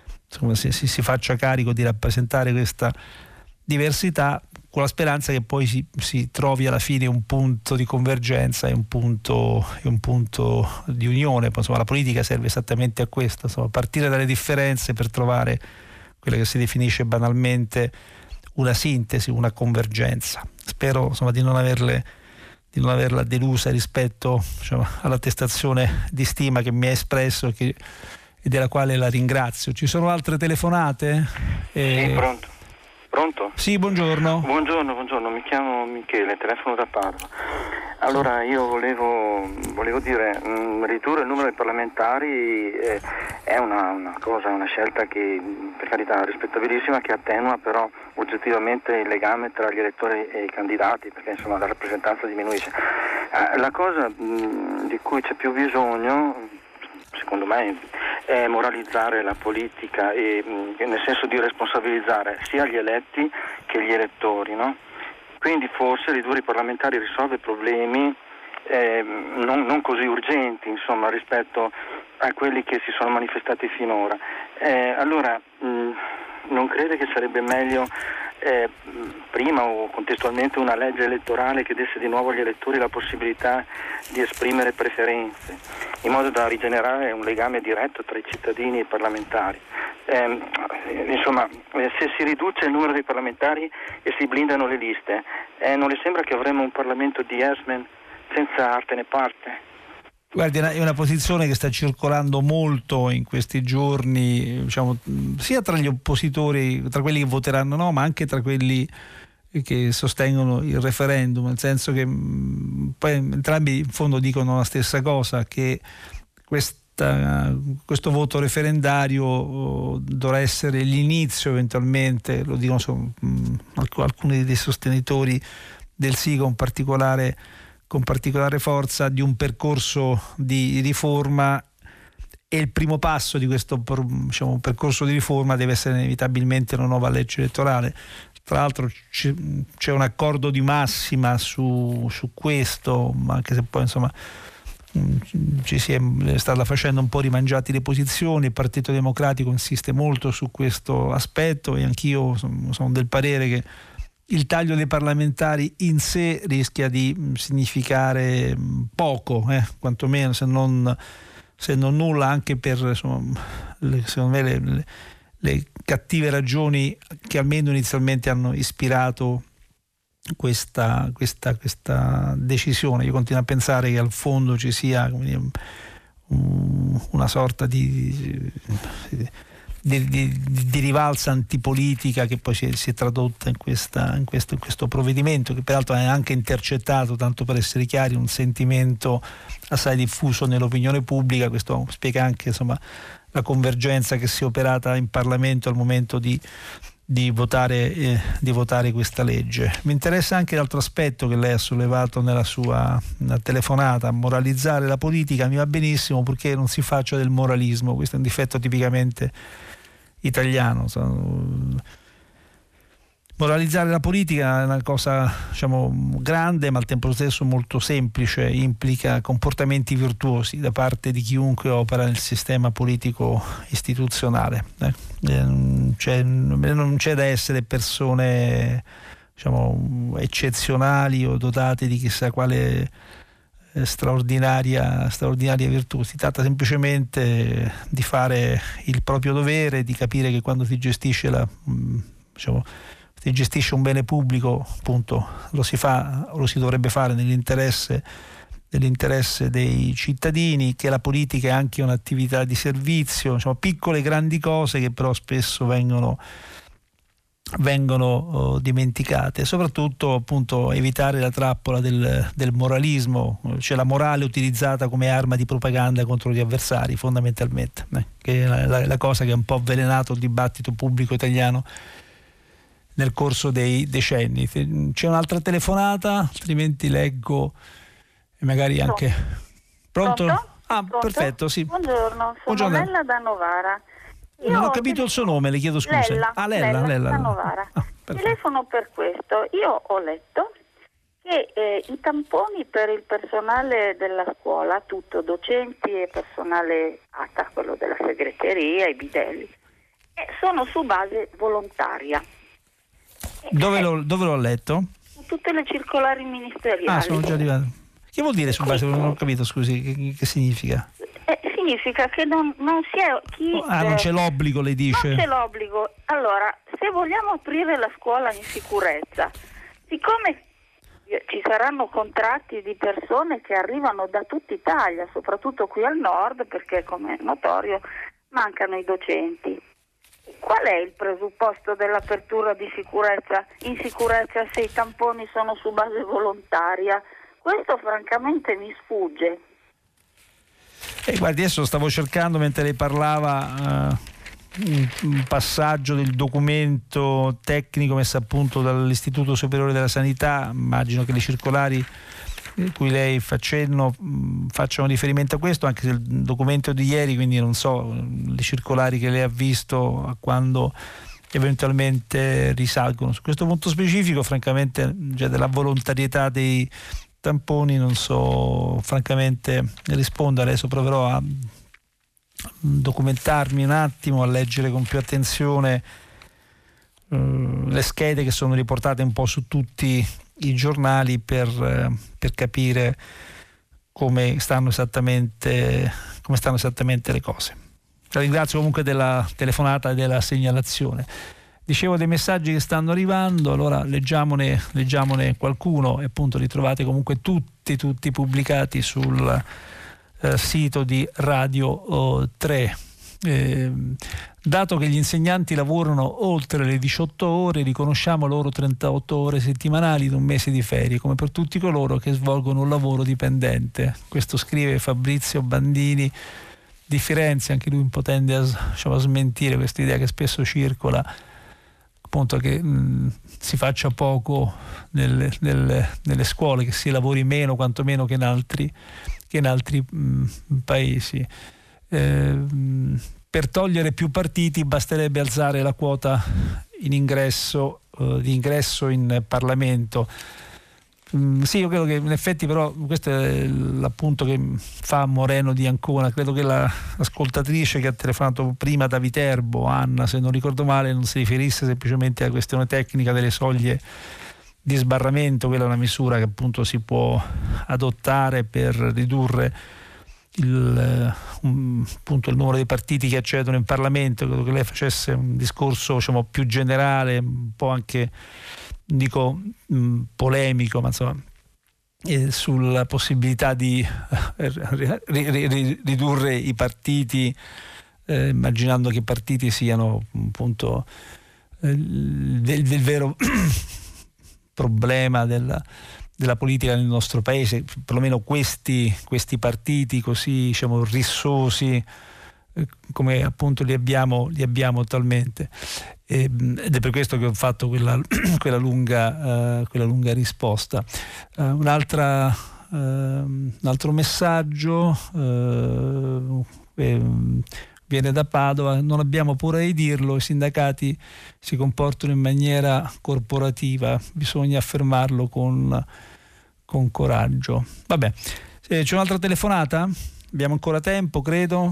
si faccia carico di rappresentare questa diversità, con la speranza che poi si trovi alla fine un punto di convergenza e un punto di unione. La politica serve esattamente a questo, partire dalle differenze per trovare quella che si definisce banalmente una sintesi, una convergenza. Spero di non averla delusa rispetto all'attestazione di stima che mi ha espresso e della quale la ringrazio. Ci sono altre telefonate? Sì, pronto? Sì, buongiorno. Buongiorno, mi chiamo Michele, telefono da Padova. Allora io volevo dire, ridurre il numero dei parlamentari è una scelta che, per carità, rispettabilissima, che attenua però oggettivamente il legame tra gli elettori e i candidati, perché la rappresentanza diminuisce. La cosa di cui c'è più bisogno, secondo me, è moralizzare la politica e nel senso di responsabilizzare sia gli eletti che gli elettori, no? Quindi forse ridurre i parlamentari risolve problemi non così urgenti, rispetto a quelli che si sono manifestati finora. Allora, non crede che sarebbe meglio prima o contestualmente una legge elettorale che desse di nuovo agli elettori la possibilità di esprimere preferenze, in modo da rigenerare un legame diretto tra i cittadini e i parlamentari? Se si riduce il numero dei parlamentari e si blindano le liste, non le sembra che avremo un Parlamento di yes-men senza arte né parte? Guardi, è una posizione che sta circolando molto in questi giorni, sia tra gli oppositori, tra quelli che voteranno no, ma anche tra quelli che sostengono il referendum, nel senso che poi entrambi in fondo dicono la stessa cosa, che questo voto referendario dovrà essere l'inizio eventualmente, lo dicono alcuni dei sostenitori del sì con particolare forza, di un percorso di riforma, e il primo passo di questo percorso di riforma deve essere inevitabilmente una nuova legge elettorale. Tra l'altro c'è un accordo di massima su questo, anche se poi ci si è stata facendo un po' rimangiati le posizioni. Il Partito Democratico insiste molto su questo aspetto e anch'io sono del parere che il taglio dei parlamentari in sé rischia di significare poco, quantomeno se non nulla, anche per secondo me le cattive ragioni che almeno inizialmente hanno ispirato questa decisione. Io continuo a pensare che al fondo ci sia una sorta di di rivalsa antipolitica che poi si è tradotta in questo provvedimento, che peraltro è anche intercettato, tanto per essere chiari, un sentimento assai diffuso nell'opinione pubblica. Questo spiega anche, insomma, la convergenza che si è operata in Parlamento al momento di votare questa legge. Mi interessa anche l'altro aspetto che lei ha sollevato nella sua telefonata: moralizzare la politica. Mi va benissimo, purché non si faccia del moralismo. Questo è un difetto tipicamente italiano. Moralizzare la politica è una cosa, diciamo, grande, ma al tempo stesso molto semplice. Implica comportamenti virtuosi da parte di chiunque opera nel sistema politico istituzionale. Non c'è da essere persone, diciamo, eccezionali o dotate di chissà quale straordinaria virtù. Si tratta semplicemente di fare il proprio dovere, di capire che quando si gestisce si gestisce un bene pubblico, appunto, lo si fa o lo si dovrebbe fare nell'interesse dei cittadini, che la politica è anche un'attività di servizio, diciamo, piccole grandi cose che però spesso vengono dimenticate. Soprattutto, appunto, evitare la trappola del moralismo, cioè la morale utilizzata come arma di propaganda contro gli avversari, fondamentalmente, che è la cosa che ha un po' avvelenato il dibattito pubblico italiano nel corso dei decenni. C'è un'altra telefonata, altrimenti leggo e magari anche... Pronto? Pronto? Perfetto, sì. Buongiorno, Lella da Novara. Non ho capito il suo nome, le chiedo scusa. Lella da Novara. Telefono per questo. Io ho letto che i tamponi per il personale della scuola, tutto, docenti e personale ATA, quello della segreteria, i bidelli, sono su base volontaria. Dove l'ho letto? Tutte le circolari ministeriali. Sono già arrivato. Che vuol dire su base? Non ho capito, scusi, che significa? Significa che non si è non c'è l'obbligo, lei dice? Non c'è l'obbligo. Allora, se vogliamo aprire la scuola in sicurezza, siccome ci saranno contratti di persone che arrivano da tutta Italia, soprattutto qui al nord, perché come è notorio mancano i docenti. Qual è il presupposto dell'apertura di in sicurezza se i tamponi sono su base volontaria? Questo francamente mi sfugge. Guardi, adesso stavo cercando, mentre lei parlava, un passaggio del documento tecnico messo a punto dall'Istituto Superiore della Sanità. Immagino che le circolari cui lei fa cenno facciano riferimento a questo, anche se il documento di ieri, quindi non so le circolari che lei ha visto a quando eventualmente risalgono. Su questo punto specifico, francamente, già della volontarietà dei tamponi non so francamente rispondere. Adesso proverò a documentarmi un attimo, a leggere con più attenzione le schede che sono riportate un po' su tutti i giornali per capire come stanno esattamente le cose. La ringrazio comunque della telefonata e della segnalazione. Dicevo dei messaggi che stanno arrivando, allora leggiamone qualcuno, e appunto li trovate comunque tutti pubblicati sul sito di Radio 3. Dato che gli insegnanti lavorano oltre le 18 ore, riconosciamo loro 38 ore settimanali ed un mese di ferie, come per tutti coloro che svolgono un lavoro dipendente. Questo scrive Fabrizio Bandini di Firenze, anche lui un po' tende a smentire questa idea che spesso circola, appunto, che si faccia poco nelle scuole, che si lavori meno, quantomeno che in altri paesi. Per togliere più partiti basterebbe alzare la quota di ingresso in Parlamento. Sì, io credo che in effetti, però, questo è l'appunto che fa Moreno di Ancona. Credo che l'ascoltatrice che ha telefonato prima da Viterbo, Anna, se non ricordo male, non si riferisse semplicemente alla questione tecnica delle soglie di sbarramento. Quella è una misura che appunto si può adottare per ridurre il numero di partiti che accedono in Parlamento. Credo che lei facesse un discorso più generale, un po' anche, dico, polemico, ma insomma, sulla possibilità di ridurre i partiti immaginando che i partiti siano appunto del vero problema della politica nel nostro paese, perlomeno questi partiti così, diciamo, rissosi, come appunto li abbiamo attualmente, ed è per questo che ho fatto quella lunga risposta. Un altro messaggio viene da Padova: non abbiamo paura di dirlo, i sindacati si comportano in maniera corporativa, bisogna affermarlo con coraggio. Vabbè, c'è un'altra telefonata? Abbiamo ancora tempo, credo.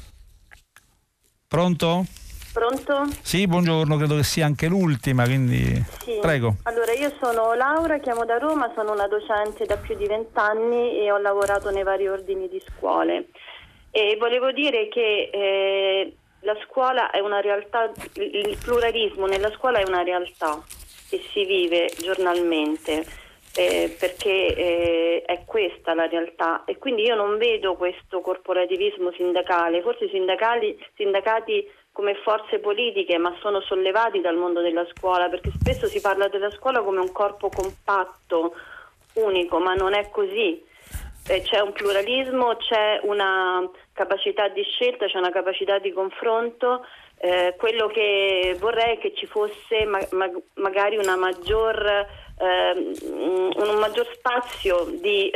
Pronto? Pronto? Sì, buongiorno, credo che sia anche l'ultima, quindi sì. Prego. Allora, io sono Laura, chiamo da Roma, sono una docente da più di 20 anni e ho lavorato nei vari ordini di scuole. E volevo dire che la scuola è una realtà, il pluralismo nella scuola è una realtà che si vive giornalmente, perché è questa la realtà, e quindi io non vedo questo corporativismo sindacale. Forse i sindacati come forze politiche, ma sono sollevati dal mondo della scuola, perché spesso si parla della scuola come un corpo compatto, unico, ma non è così. C'è un pluralismo, c'è una capacità di scelta, c'è una capacità di confronto. Quello che vorrei è che ci fosse magari un maggior spazio di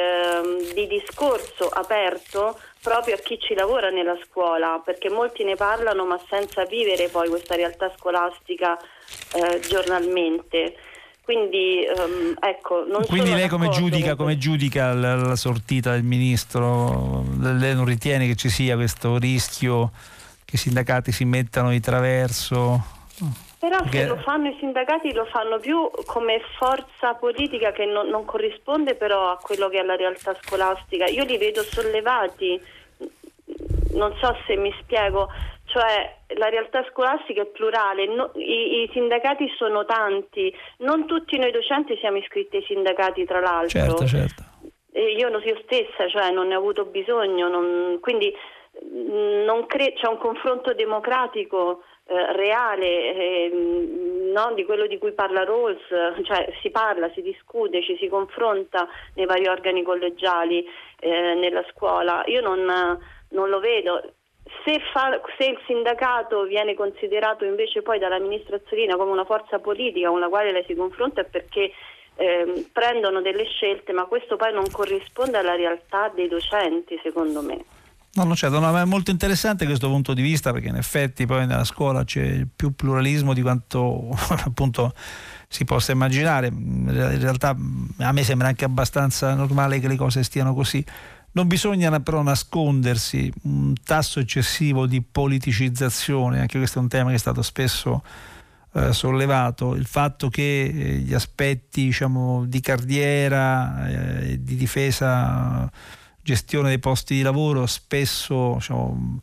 discorso aperto proprio a chi ci lavora nella scuola, perché molti ne parlano ma senza vivere poi questa realtà scolastica giornalmente. Quindi ecco, non quindi sono lei come giudica la sortita del ministro? Lei non ritiene che ci sia questo rischio che i sindacati si mettano di traverso? Però se lo fanno i sindacati lo fanno più come forza politica che non corrisponde però a quello che è la realtà scolastica. Io li vedo sollevati, non so se mi spiego, cioè la realtà scolastica è plurale, i sindacati sono tanti, non tutti noi docenti siamo iscritti ai sindacati, tra l'altro. Certo. Io stessa, cioè, non ne ho avuto bisogno, quindi non c'è un confronto democratico reale, di quello di cui parla Rawls, cioè si parla, si discute, ci si confronta nei vari organi collegiali nella scuola. Io non lo vedo. Se il sindacato viene considerato invece poi dall'amministrazione come una forza politica con la quale lei si confronta, è perché prendono delle scelte, ma questo poi non corrisponde alla realtà dei docenti, secondo me. No, certo, è molto interessante questo punto di vista, perché in effetti poi nella scuola c'è più pluralismo di quanto appunto si possa immaginare. In realtà a me sembra anche abbastanza normale che le cose stiano così. Non bisogna però nascondersi un tasso eccessivo di politicizzazione, anche questo è un tema che è stato spesso sollevato, il fatto che gli aspetti, diciamo, di carriera, di difesa, gestione dei posti di lavoro spesso, diciamo,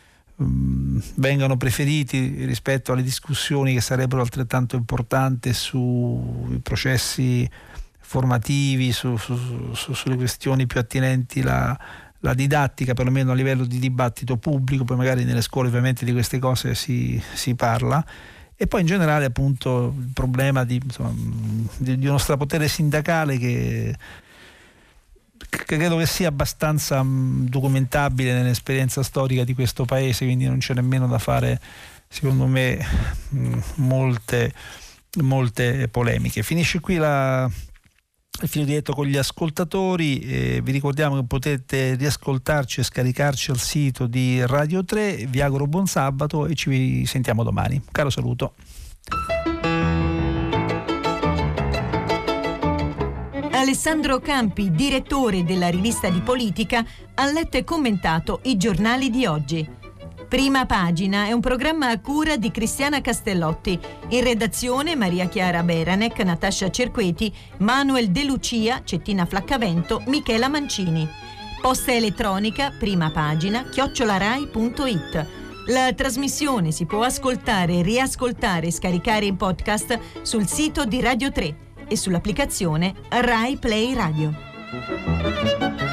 vengano preferiti rispetto alle discussioni che sarebbero altrettanto importanti sui processi formativi, sulle questioni più attinenti la didattica, perlomeno a livello di dibattito pubblico. Poi magari nelle scuole ovviamente di queste cose si parla, e poi in generale appunto il problema di uno strapotere sindacale che credo che sia abbastanza documentabile nell'esperienza storica di questo paese, quindi non c'è nemmeno da fare, secondo me, molte polemiche. Finisce qui il filo diretto con gli ascoltatori. Vi ricordiamo che potete riascoltarci e scaricarci al sito di Radio 3. Vi auguro buon sabato e ci sentiamo domani. Caro saluto. Alessandro Campi, direttore della rivista di politica, ha letto e commentato i giornali di oggi. Prima Pagina è un programma a cura di Cristiana Castellotti. In redazione Maria Chiara Beranec, Natascia Cerqueti, Manuel De Lucia, Cettina Flaccavento, Michela Mancini. Posta elettronica primapagina@rai.it. La trasmissione si può ascoltare, riascoltare e scaricare in podcast sul sito di Radio 3 e sull'applicazione Rai Play Radio.